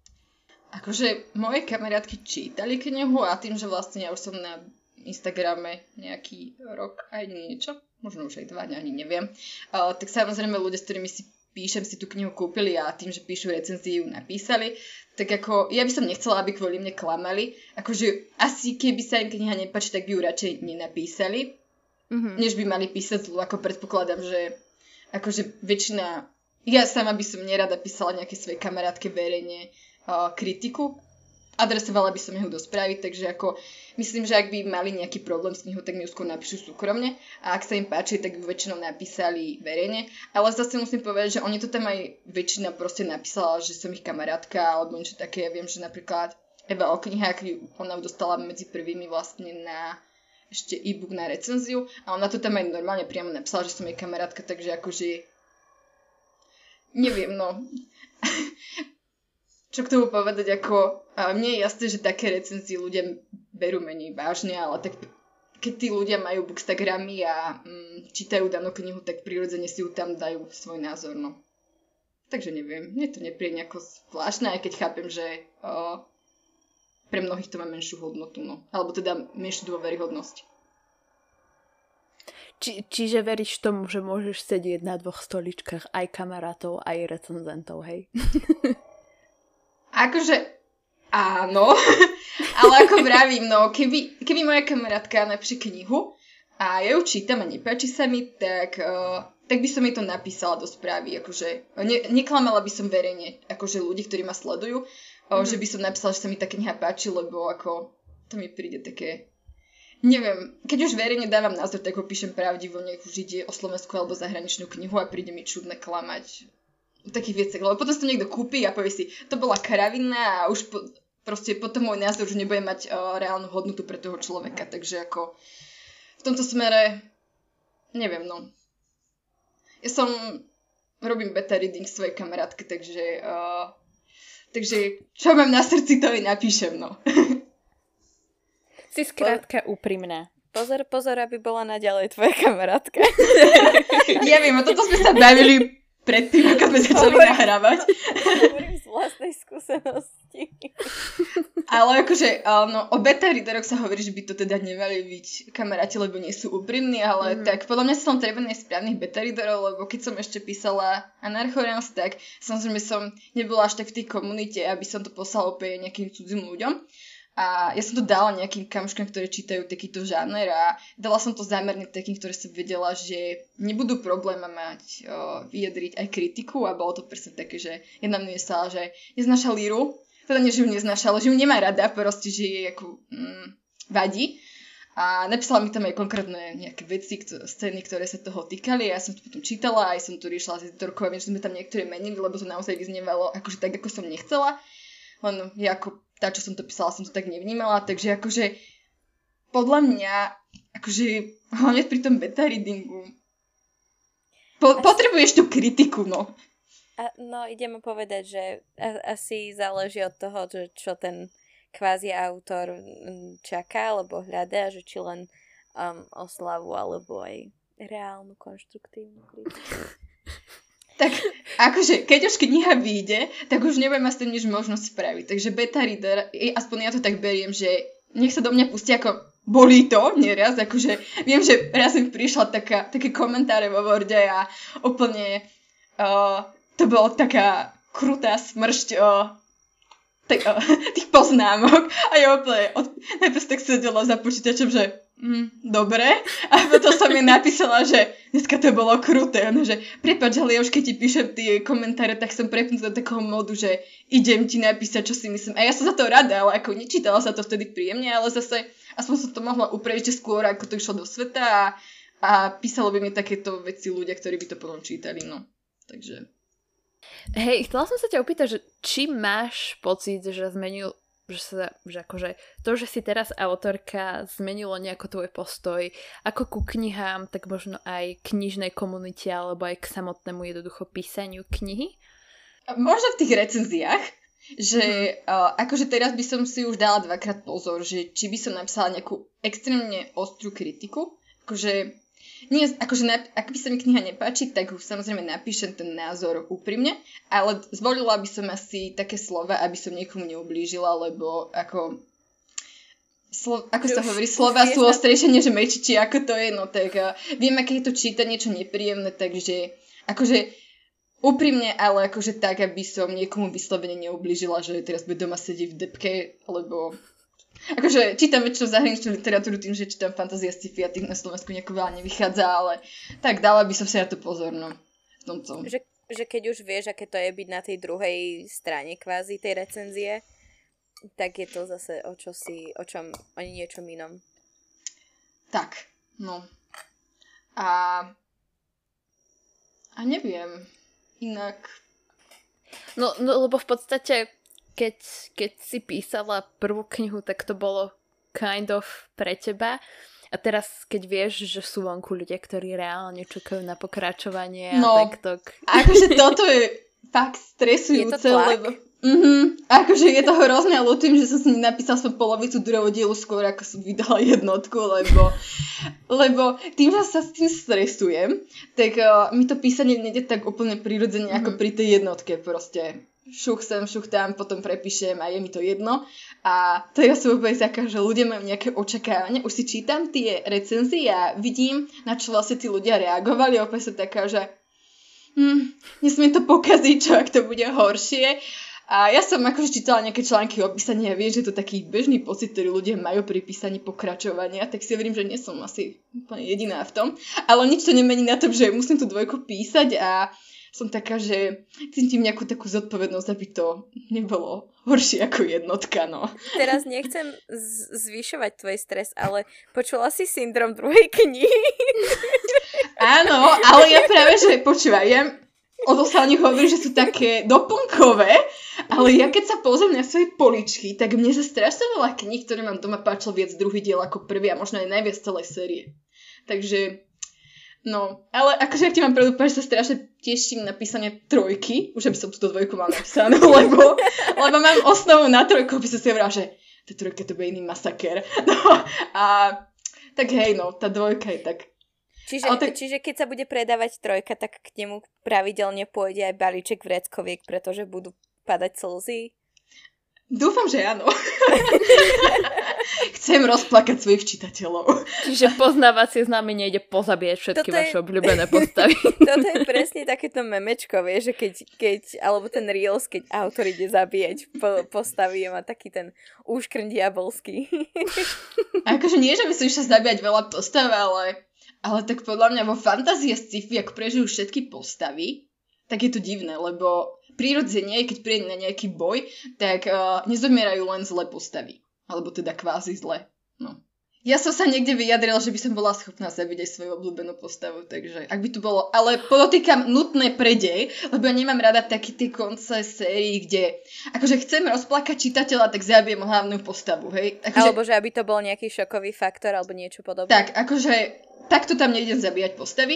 Akože moje kamarátky čítali knihu a tým, že vlastne ja už som na Instagrame nejaký rok aj niečo, možno už aj 2, ani neviem, tak samozrejme ľudia, s ktorými si píšem, si tú knihu kúpili a tým, že píšu recenziu, napísali, tak ako ja by som nechcela, aby kvôli mne klamali, akože asi keby sa im kniha nepáči, tak by ju radšej nenapísali, než by mali písať zlu, ako predpokladám, že akože väčšina, ja sama by som nerada písala nejaké svojej kamarátke verejne kritiku, adresovala by som ju do správy, takže ako myslím, že ak by mali nejaký problém s knihou, tak mi ju skôr napíšu súkromne a ak sa im páči, tak ju väčšinou napísali verejne, ale zase musím povedať, že oni to tam aj väčšina proste napísala, že som ich kamarátka alebo niečo také. Ja viem, že napríklad Eva o knihách, ona ju dostala medzi prvými vlastne na ešte e-book na recenziu a ona to tam aj normálne priamo napísala, že som jej kamarátka, takže akože neviem, no. Čo k tomu povedať, ako mne je jasné, že také recenzie ľudia berú menej vážne, ale tak keď tí ľudia majú bookstagramy a čítajú danú knihu, tak prirodzene si ju tam dajú svoj názor, no. Takže neviem, mne to nepríde nejako zvláštne, aj keď chápem, že pre mnohých to má menšiu hodnotu, no. Alebo teda menšiu dôveryhodnosť. Čiže veríš tomu, že môžeš sedieť na 2 stoličkách aj kamarátov, aj recenzentov, hej? Akože áno, ale ako vravím, no, keby moja kamarátka napíše knihu a ja ju čítam a nepáči sa mi, tak by som jej to napísala do správy, akože neklamala by som verejne, akože ľudí, ktorí ma sledujú, že by som napísala, že sa mi tá kniha páči, lebo ako to mi príde také, neviem, keď už verejne dávam názor, tak ho píšem pravdivo, nech už ide o slovenskú alebo zahraničnú knihu a príde mi čudné klamať v takých veciach, lebo potom si to niekto kúpi a povie si, to bola kravina a už proste potom môj názor už nebude mať reálnu hodnotu pre toho človeka, takže ako v tomto smere neviem, no. Ja robím beta reading svojej kamarátke, takže čo mám na srdci, to jej napíšem, no. Si skrátka úprimná. Pozor, aby bola naďalej tvoja kamarátka. Ja viem, a toto sme sa bavili predtým, ako sme začali nahrávať. Hovorím z vlastnej skúsenosti. Ale akože, no, o beta readeroch sa hovorí, že by to teda nemali byť kamaráti, lebo nie sú úprimní, ale tak podľa mňa som treba nájsť správnych beta readerov, lebo keď som ešte písala Anarchorans, tak samozrejme som nebola až tak v tej komunite, aby som to poslala opäť nejakým cudzým ľuďom. A ja som to dala nejakým kamoškám, ktoré čítajú takýto žáner a dala som to zámerne takým, ktoré som vedela, že nebudú probléma mať vyjadriť aj kritiku a bolo to presne také, že jedna mne myslela, že neznáša Líru, teda nie, že ju neznáša, ale že ju nemá rada, proste, že jej ako vadí. A napísala mi tam aj konkrétne nejaké veci, scény, ktoré sa toho týkali a ja som to potom čítala, aj som to riešila s editorkou a viem, že sme tam niektoré menili, lebo to naozaj vyznievalo akože tak, ako som nechcela. Len ja ako tá, čo som to písala, som to tak nevnímala, takže akože podľa mňa, akože hlavne pri tom beta readingu potrebuješ tú kritiku, no. No, idem povedať, že asi záleží od toho, že čo ten kvázi autor čaká, alebo hľadá, že či len oslavu, alebo aj reálnu, konštruktívnu kritiku. Tak akože, keď už kniha vyjde, tak už nebudem mať s tým nič možnosť spraviť. Takže beta reader, aspoň ja to tak beriem, že nech sa do mňa pustí ako bolí to nieraz, akože viem, že raz mi prišla také komentáre vo Worde a úplne to bolo taká krutá smršť tých poznámok a ja úplne najprv tak sedela za počítačom, že dobre. A potom som mi napísala, že dneska to bolo kruté. Ono, že prepáč, ale ja už keď ti píšem tie komentáre, tak som prepnutá do takého módu, že idem ti napísať, čo si myslím. A ja som za to rada, ale ako nečítala sa to vtedy príjemne, ale zase aspoň som to mohla upraviť skôr, ako to išlo do sveta a písalo by mi takéto veci ľudia, ktorí by to potom čítali, no. Takže... Hej, chcela som sa ťa opýtať, že či máš pocit, že zmenil že akože to, že si teraz autorka, zmenilo nejako tvoj postoj ako ku knihám, tak možno aj knižnej komunite alebo aj k samotnému jednoducho písaniu knihy? Možno v tých recenziách, že akože teraz by som si už dala dvakrát pozor, že či by som napísala nejakú extrémne ostrú kritiku, akože nie, akože ak by sa mi kniha nepáči, tak už samozrejme napíšem ten názor úprimne, ale zvolila by som asi také slova, aby som niekomu neublížila, lebo ako sa hovorí, slova sú ostrejšie než meč, či ako to je, no tak viem, aké je to čítať niečo nepríjemné, takže akože úprimne, ale akože tak, aby som niekomu vyslovene neublížila, že teraz bude doma sedieť v depke, lebo... Akože čítam väčšinou zahraničnú literatúru tým, že čítam fantasy a sci-fi a tých na Slovensku nejako veľa nevychádza, ale tak dala by som si na to pozor, no. V tomto. Že keď už vieš, aké to je byť na tej druhej strane kvázi tej recenzie, tak je to zase o niečom inom. Tak, no. A neviem, inak... No, lebo v podstate... Keď si písala prvú knihu, tak to bolo kind of pre teba. A teraz, keď vieš, že sú vonku ľudia, ktorí reálne čakajú na pokračovanie a tak... Akože toto je fakt stresujúce, lebo... Akože je to hrozné, ale ľutujem, že som si napísala svoj polovicu druhého dielu skôr, ako som vydala jednotku, lebo tým, že sa s tým stresujem, tak mi to písanie nejde tak úplne prirodzene, ako pri tej jednotke proste. Šuch sem, šuch tam, potom prepíšem a je mi to jedno. A teraz som úplne taká, že ľudia majú nejaké očakávania. Už si čítam tie recenzie a vidím, na čo vlastne tí ľudia reagovali. A opäť som taká, že nesmiem to pokaziť, čo ak to bude horšie. A ja som akože čítala nejaké články o písaní a viem, že to je taký bežný pocit, ktorý ľudia majú pri písaní pokračovania, tak si hovorím, že nie som asi úplne jediná v tom. Ale nič to nemení na tom, že musím tú dvojku písať a som taká, že cítim nejakú takú zodpovednosť, aby to nebolo horšie ako jednotka, no. Teraz nechcem zvyšovať tvoj stres, ale počula si syndrom druhej knihy? Áno, ale ja práve, že počúvaj, o to sa o nich hovorí, že sú také doplnkové, ale ja keď sa pozriem na svoje poličky, tak mne sa strašne veľa kníh, ktoré mám doma, páčil viac druhý diel ako prvý a možno aj najviac celej série. Takže... No, ale akože ja ti mám pravdu, že sa strašne teším na písanie trojky, už aby som túto dvojku mal napísanú, lebo mám osnovu na trojku, aby som si hovorila, že tá trojka to bude iný masaker. No a tak hej, no, tá dvojka je tak. Čiže keď sa bude predávať trojka, tak k nemu pravidelne pôjde aj balíček vreckoviek, pretože budú padať slzy? Dúfam, že áno. Chcem rozplakať svojich čitateľov. Čiže poznávacie znamenie ide pozabíjať všetky vaše obľúbené postavy. Toto je presne takéto memečko, vieš, že keď alebo ten reels, keď autor ide zabíjať postavy a má taký ten úškrn diabolský. Akože nie, že by som išla zabíjať veľa postav, ale tak podľa mňa vo fantázii a sci-fi, ak prežijú všetky postavy, tak je to divné, lebo prirodzene, keď príde na nejaký boj, tak nezomierajú len zlé postavy. Alebo teda kvázi zle. No. Ja som sa niekde vyjadrila, že by som bola schopná zabiť aj svoju obľúbenú postavu, takže ak by to bolo... Ale podotýkam nutné predej, lebo ja nemám rada také tie konce sérií, kde akože chcem rozplakať čitateľa, tak zabijem hlavnú postavu, hej? Akože, alebo že aby to bol nejaký šokový faktor, alebo niečo podobné. Tak, akože takto tam nejdem zabíjať postavy.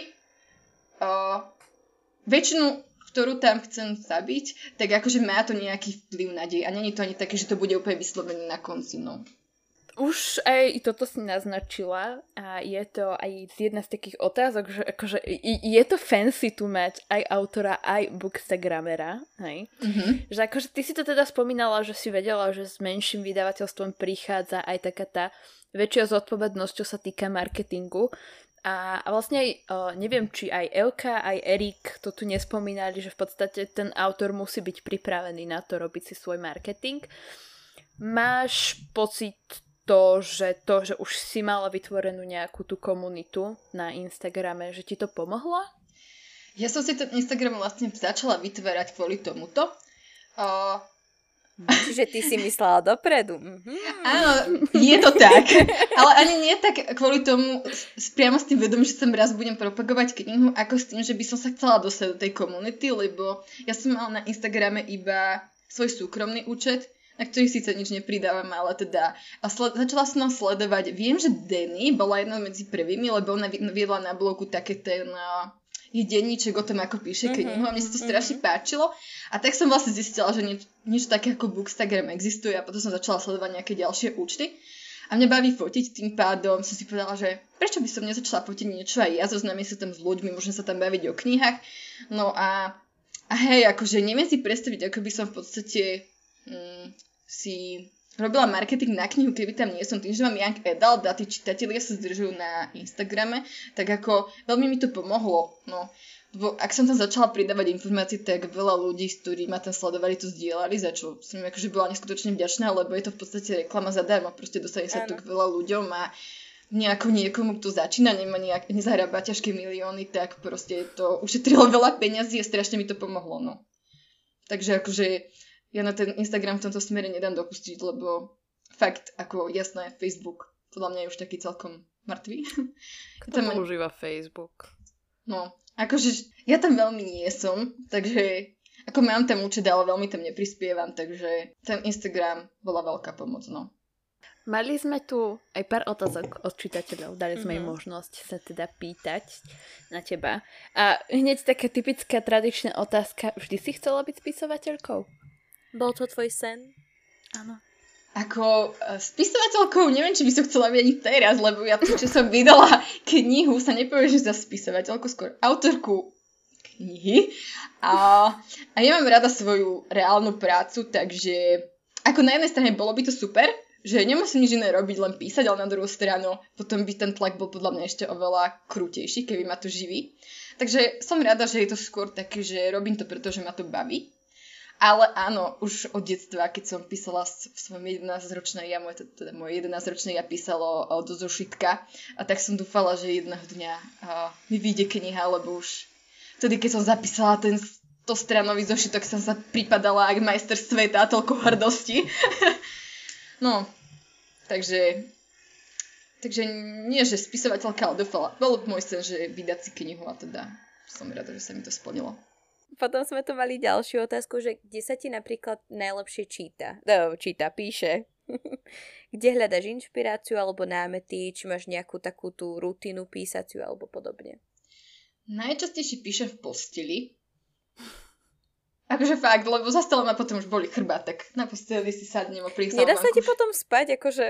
Väčšinu, ktorú tam chcem zabiť, tak akože má to nejaký vplyv na dej. A nie je to ani také, že to bude úplne vyslovené na konci, no. Už aj toto si naznačila a je to aj jedna z takých otázok, že akože je to fancy tu mať aj autora, aj bookstagramera, hej? Mm-hmm. Že akože ty si to teda spomínala, že si vedela, že s menším vydavateľstvom prichádza aj taká tá väčšia zodpovednosť, čo sa týka marketingu. A vlastne aj, neviem, či aj Elka, aj Erik to tu nespomínali, že v podstate ten autor musí byť pripravený na to robiť si svoj marketing. Máš pocit že už si mala vytvorenú nejakú tú komunitu na Instagrame, že ti to pomohlo? Ja som si ten Instagram vlastne začala vytvárať kvôli tomuto. Čiže ty si myslela dopredu. Áno, je to tak. Ale ani nie tak kvôli tomu, priamo s tým vedomím, že sem raz budem propagovať knihu, ako s tým, že by som sa chcela dostať do tej komunity, lebo ja som mala na Instagrame iba svoj súkromný účet, na ktorý síce nič nepridávam, ale teda začala som sledovať. Viem, že Denny bola jedna medzi prvými, lebo ona viedla na blogu také ten je denníček o tom, ako píše knihu a mne sa to strašne páčilo. A tak som vlastne zistila, že niečo také ako Bookstagram existuje a potom som začala sledovať nejaké ďalšie účty. A mňa baví fotiť, tým pádom som si povedala, že prečo by som nezačala fotiť niečo aj ja, zoznámim sa tam s ľuďmi, môžem sa tam baviť o knihách. No a hej, akože neviem si predstaviť, ako by som v podstate si robila marketing na knihu, keby tam nie som. Tým, že mám Young Adult a tí čitatelia sa zdržujú na Instagrame, tak ako veľmi mi to pomohlo. No, ak som tam začala pridávať informácie, tak veľa ľudí, s ktorými ma tam sledovali, to zdieľali, za čo som akože bola neskutočne vďačná, lebo je to v podstate reklama zadarmo. Proste dostane sa tu k veľa ľuďom a niekomu, kto začína, nezahrabá ťažké milióny, tak proste to ušetrilo veľa peňazí a strašne mi to pomohlo. No. Takže akože ja na ten Instagram v tomto smere nedám dopustiť, lebo fakt, ako jasné, Facebook podľa mňa je už taký celkom mŕtvý. Kto používa Facebook? No, akože ja tam veľmi nie som, takže ako mám tam účet, ale veľmi tam neprispievam, takže ten Instagram bola veľká pomoc, no. Mali sme tu aj pár otázok od čitateľov, dali sme im možnosť sa teda pýtať na teba. A hneď taká typická tradičná otázka, vždy si chcela byť spisovateľkou? Bol to tvoj sen? Áno. Ako spisovateľkou neviem, či by som chcela byť ani teraz, lebo ja to, čo som vydala knihu, sa nepovažujem za spisovateľku, skôr autorku knihy. A ja mám rada svoju reálnu prácu, takže ako na jednej strane bolo by to super, že nemusím nič iné robiť, len písať, ale na druhú stranu potom by ten tlak bol podľa mňa ešte oveľa krútejší, keby ma to živí. Takže som rada, že je to skôr také, že robím to, pretože ma to baví. Ale áno, už od detstva, keď som písala v svojom 11-ročnej, moje 11-ročné ja písalo do zošitka a tak som dúfala, že jedného dňa mi vyjde kniha, lebo už vtedy, keď som zapísala ten 100-stranový zošitok, som sa pripadala ako majster sveta a toľko hrdosti. No, takže nie, že spisovateľka, ale dúfala. Bol môj sen, že vydať si knihu a teda som rada, že sa mi to splnilo. Potom sme tu mali ďalšiu otázku, že kde sa ti napríklad najlepšie píše. Kde hľadaš inšpiráciu alebo námety, či máš nejakú takú tú rutinu písaciu alebo podobne? Najčastejšie píšem v posteli. Akože fakt, lebo zastala ma potom už boli chrbát, tak na posteli si sadnem a prísam. Nedá sa ti potom spať, akože?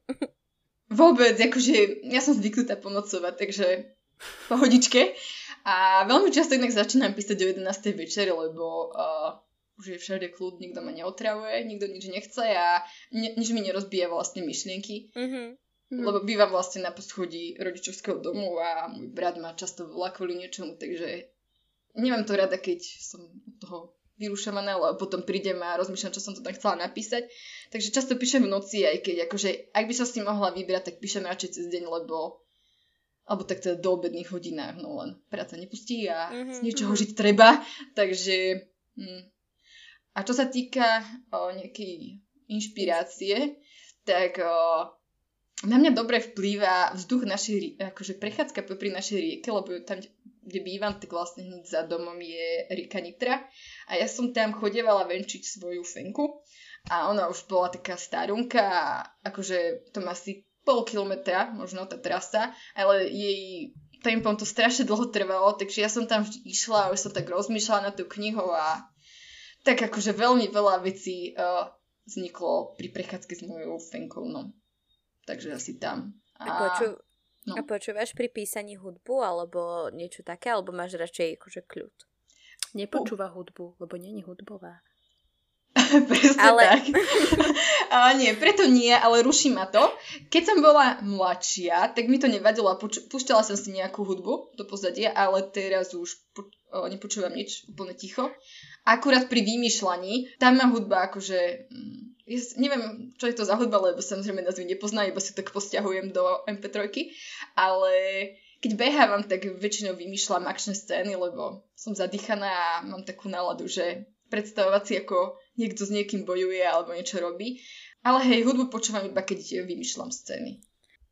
Vôbec, akože ja som zvyknutá ponocovať, takže pohodičke. A veľmi často inak začínam písať o 11. večer, lebo už je všade kľud, nikto ma neotravuje, nikto nič nechce a nič mi nerozbije vlastne myšlienky. Lebo bývam vlastne na poschodí rodičovského domu a môj brat ma často volá kvôli niečomu, takže nemám to rada, keď som od toho vyrušovaná, lebo potom prídem a rozmýšľam, čo som to tam chcela napísať. Takže často píšem v noci, aj keď akože, ak by som si mohla vybrať, tak píšem radšej cez deň, alebo tak teda do obedných hodinách, no len práca nepustí a z niečoho žiť treba. Takže a čo sa týka nejakej inšpirácie, tak na mňa dobre vplýva vzduch našej akože prechádzka popri našej rieke, lebo tam, kde bývam, tak vlastne hneď za domom je rieka Nitra a ja som tam chodievala venčiť svoju fenku a ona už bola taká starunka a akože to má asi pol kilometra, možno tá trasa, ale jej tempom to strašne dlho trvalo, takže ja som tam vždy išla a už som tak rozmýšľala nad tou knihou a tak akože veľmi veľa vecí vzniklo pri prechádzke s mojou fenkou, no. Takže asi tam. A počúvaš pri písaní hudbu alebo niečo také, alebo máš radšej akože kľud? Nepočúva hudbu, lebo nie je hudbová. Presne tak. Nie, preto nie, ale ruší ma to. Keď som bola mladšia, tak mi to nevadilo a púšťala som si nejakú hudbu do pozadia, ale teraz už nepočúvam nič, úplne ticho. Akurát pri vymýšľaní, tam má hudba akože... Ja neviem, čo je to za hudba, lebo samozrejme názvy nepoznám, iba si tak posťahujem do MP3, ale keď behávam, tak väčšinou vymýšľam akčné scény, lebo som zadýchaná a mám takú náladu, že predstavovať si, ako niekto s niekým bojuje alebo niečo robí. Ale hej, hudbu počúvam iba, keď vymýšľam scény.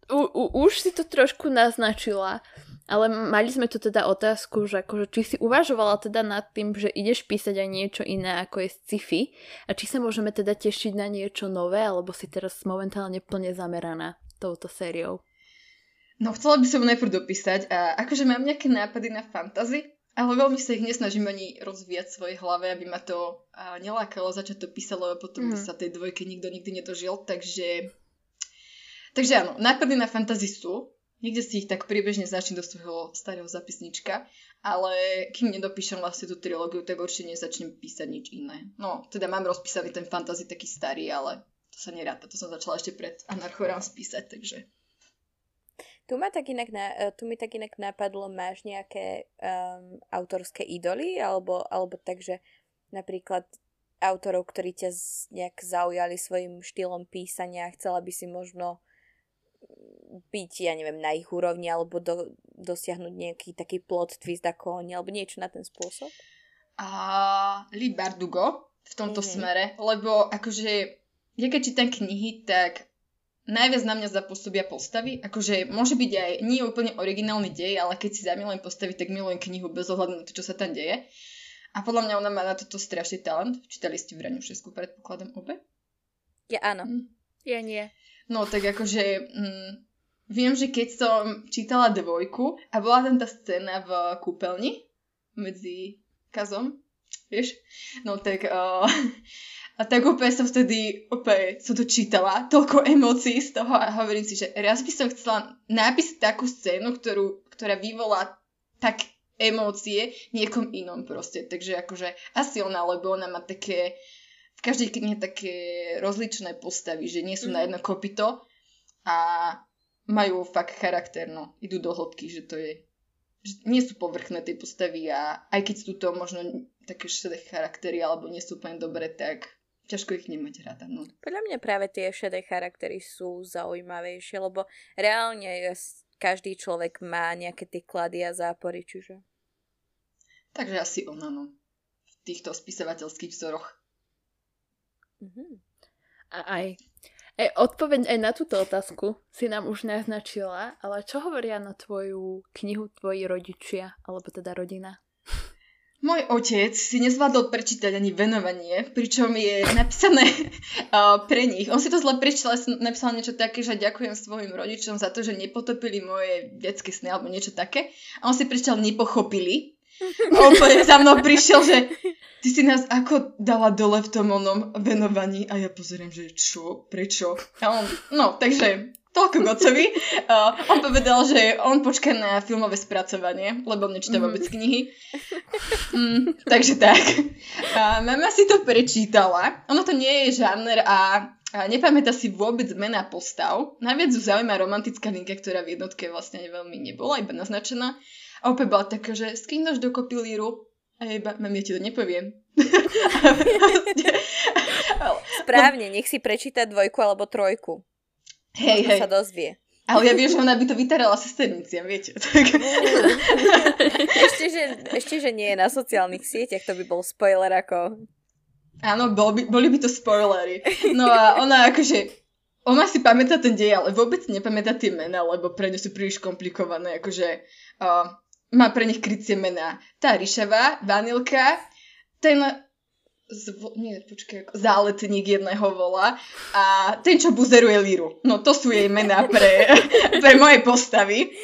Už si to trošku naznačila, ale mali sme tu teda otázku, že akože, či si uvažovala teda nad tým, že ideš písať aj niečo iné ako je sci-fi a či sa môžeme teda tešiť na niečo nové, alebo si teraz momentálne plne zameraná touto sériou? No, chcela by som najprv dopísať a akože mám nejaké nápady na fantasy, ale veľmi sa ich nesnažím ani rozvíjať v svojej hlave, aby ma to nelákalo začať to písať, lebo potom by sa tej dvojke nikto nikdy nedožil, takže áno, nápady na fantasy sú. Niekde si ich tak priebežne začnem do svojho starého zapisnička, ale kým nedopíšem vlastne tú trilógiu, tak určite nezačnem písať nič iné. No, teda mám rozpísaný ten fantasy taký starý, ale to sa neráta. To som začala ešte pred Anarchorám spísať, takže... Tu mi tak inak napadlo, máš nejaké autorské idoly, alebo takže napríklad autorov, ktorí ťa nejak zaujali svojim štýlom písania, chcela by si možno byť, ja neviem, na ich úrovni alebo dosiahnuť nejaký taký plot twist ako oni, alebo niečo na ten spôsob? Lee Bardugo v tomto smere, lebo akože ja keď čítam knihy, tak najviac na mňa zapôsobia postavy, akože môže byť aj nie úplne originálny dej, ale keď si zamilujem postavy, tak milujem knihu bez ohľadu na to, čo sa tam deje. A podľa mňa ona má na toto strašný talent. Čítali ste Vraňušesku, predpokladám, obe? Ja áno. Ja nie. No tak akože viem, že keď som čítala dvojku a bola tam tá scéna v kúpeľni medzi Kazom, vieš? No tak a tak úplne som vtedy som to čítala, toľko emócií z toho a hovorím si, že raz by som chcela napísať takú scénu, ktorá vyvolá tak emócie niekom inom proste. Takže akože asi ona, lebo ona má také, v každej knihe také rozličné postavy, že nie sú na jedno kopyto a majú fakt charakter, no. Idú do hĺbky, že to je, že nie sú povrchné tie postavy a aj keď sú to možno také šedé charaktery alebo nie sú úplne dobré, tak ťažko ich nemať rada, no. Podľa mňa práve tie šedé charaktery sú zaujímavejšie, lebo reálne každý človek má nejaké tie klady a zápory, čiže... Takže asi ona, no. V týchto spisovateľských vzoroch. A aj odpoveď aj na túto otázku si nám už naznačila, ale čo hovoria na tvoju knihu tvoji rodičia, alebo teda rodina? Môj otec si nezvládol prečítať ani venovanie, pričom je napísané pre nich. On si to zle prečítal, napísal niečo také, že ďakujem svojim rodičom za to, že nepotopili moje detské sny alebo niečo také. A on si prečítal nepochopili. A úplne za mnou prišiel, že ty si nás ako dala dole v tom onom venovaní. A ja pozerám, že čo? Prečo? A on, no, takže toľko Gocovi. On povedal, že on počká na filmové spracovanie, lebo nečíta vôbec knihy. Takže tak. Mama si to prečítala. Ono to nie je žáner a nepamätá si vôbec mená postav. Najviac ju zaujíma romantická linka, ktorá v jednotke vlastne veľmi nebola, iba naznačená. A opäť bola taká, že skýnoš dokopy Líru. A iba, mami, ja ti to nepoviem. Správne, nech si prečíta 2 alebo 3. Hej. sa dozvie. Ale ja viem, že ona by to vytárala sesterniciam, viete. Ešte, že nie je na sociálnych sieťach, to by bol spoiler ako... Áno, boli by to spoilery. No a ona akože... Ona si pamätá ten dej, ale vôbec nepamätá tie mená, lebo pre ňu sú príliš komplikované. Akože má pre nich krycie mená. Tá Ríšava, Vanilka, ten... záletník jedného volá a ten, čo buzeruje Líru. No to sú jej mená pre moje postavy.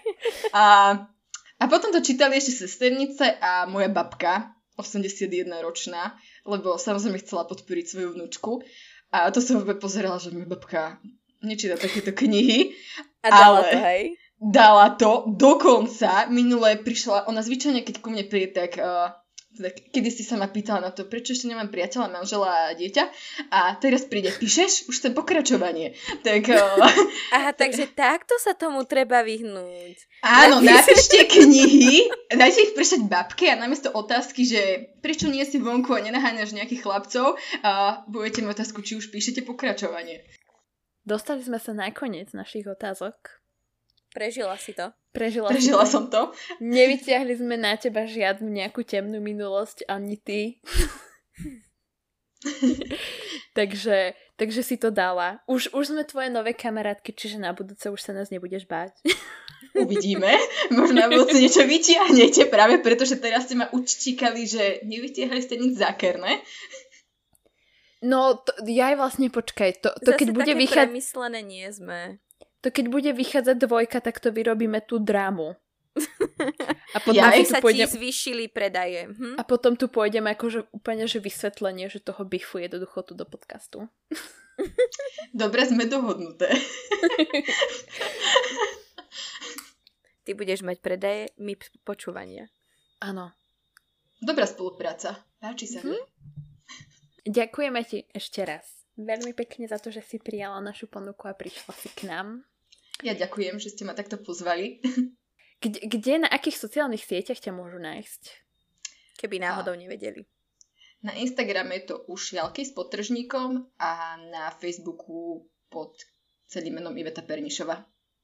A potom to čítali ešte sesternice a moja babka, 81-ročná, lebo samozrejme chcela podporiť svoju vnúčku. A to som opäť pozerala, že moja babka nečíta takéto knihy. A dala to, hej? Dala to. Dokonca minule prišla, ona zvyčajne, keď ku mne príde, tak kedy si sa ma pýtala na to, prečo ešte nemám priateľa, manžela a dieťa. A teraz príde, píšeš? Už chcem pokračovanie. Tak, Aha, takže takto sa tomu treba vyhnúť. Áno, napíšte knihy, dajte ich prečítať babke a namiesto otázky, že prečo nie si vonku a nenaháňaš nejakých chlapcov, a budete mi otázku, či už píšete pokračovanie. Dostali sme sa na koniec našich otázok. Prežila si to? Prežila som to. Nevyťahli sme na teba žiadnu nejakú temnú minulosť, ani ty. takže si to dala. Už sme tvoje nové kamarátky, čiže na budúce už sa nás nebudeš báť. Uvidíme. Možno na budúce niečo vytiahnete, práve pretože teraz ste ma učtíkali, že nevytiahli ste nič zákerné. No, ja vlastne počkaj. To keď bude vychádzať... premyslené nie sme. To keď bude vychádzať 2, tak to vyrobíme tú drámu. A potom sa ti zvýšili predaje. A potom tu pôjdeme akože úplne že vysvetlenie, že toho bifu jednoducho tu do podcastu. Dobre, sme dohodnuté. Ty budeš mať predaje, my počúvania. Áno. Dobrá spolupráca. Páči sa mi. Ďakujeme ti ešte raz. Veľmi pekne za to, že si prijala našu ponuku a prišla si k nám. Ja ďakujem, že ste ma takto pozvali. Kde, na akých sociálnych sieťach ťa môžu nájsť? Keby náhodou nevedeli. Na Instagrame je to Ušialky s podtržníkom a na Facebooku pod celým menom Iveta Pernišova.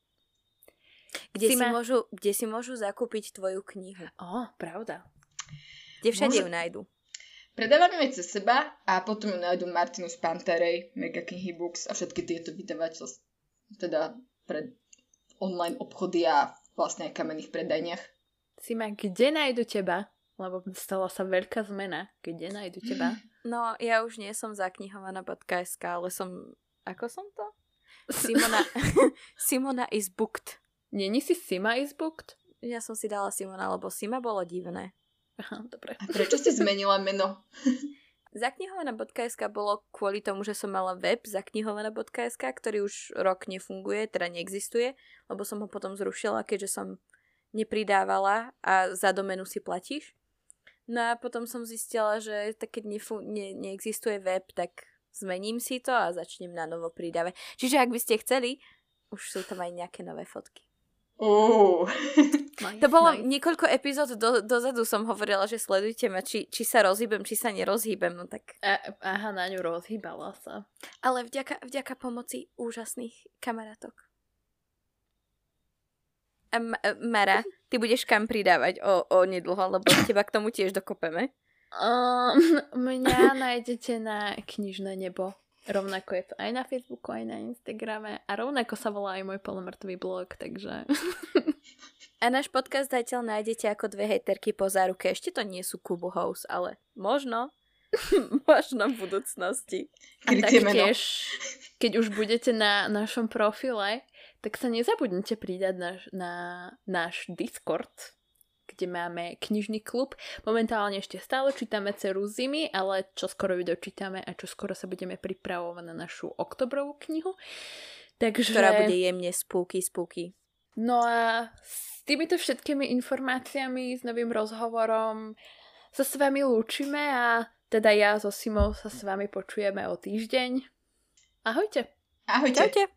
Kde si môžu zakúpiť tvoju knihu? Pravda. Kde všade ju nájdu? Predávame aj cez seba a potom ju nájdu Martinus Pantarej, Mega Knihy Books a všetky tieto vydavateľstva, teda pre online obchody a vlastne aj kamenných predajniach. Sima, kde nájdu teba? Lebo stala sa veľká zmena. Kde nájdu teba? No, ja už nie som zaknihovaná.sk, ale som... Ako som to? Simona is booked. Není si Sima is booked? Ja som si dala Simona, lebo Sima bolo divné. Aha, dobre. A prečo si zmenila meno? Zaknihovaná.sk bolo kvôli tomu, že som mala web zaknihovaná.sk, ktorý už rok nefunguje, teda neexistuje, lebo som ho potom zrušila, keďže som nepridávala a za domenu si platíš. No a potom som zistila, že tak keď neexistuje web, tak zmením si to a začnem na novo pridávať. Čiže ak by ste chceli, už sú tam aj nejaké nové fotky. To bolo niekoľko epizód dozadu som hovorila, že sledujte ma, či sa rozhýbem, či sa nerozhýbem, no tak... Aha, na ňu rozhýbala sa. Ale vďaka pomoci úžasných kamarátok. Mara, ty budeš kam pridávať o nedlho, lebo teba k tomu tiež dokopeme. Mňa nájdete na Knižné nebo. Rovnako je to aj na Facebooku, aj na Instagrame a rovnako sa volá aj môj polomrtvý blog, takže... A náš podcast zatiaľ nájdete ako 2 hejterky po záruke. Ešte to nie sú Kubu House, ale možno v budúcnosti. A taktiež, keď už budete na našom profile, tak sa nezabudnite pridať na náš Discord, kde máme knižný klub. Momentálne ešte stále čítame Dceru zimy, ale čoskoro ju dočítame a čoskoro sa budeme pripravovať na našu oktobrovú knihu. Takže... Ktorá bude jemne spooky. No a s týmito všetkými informáciami, s novým rozhovorom sa s vami lúčime a teda ja so Simou sa s vami počujeme o týždeň. Ahojte. Ahojte. Čaute.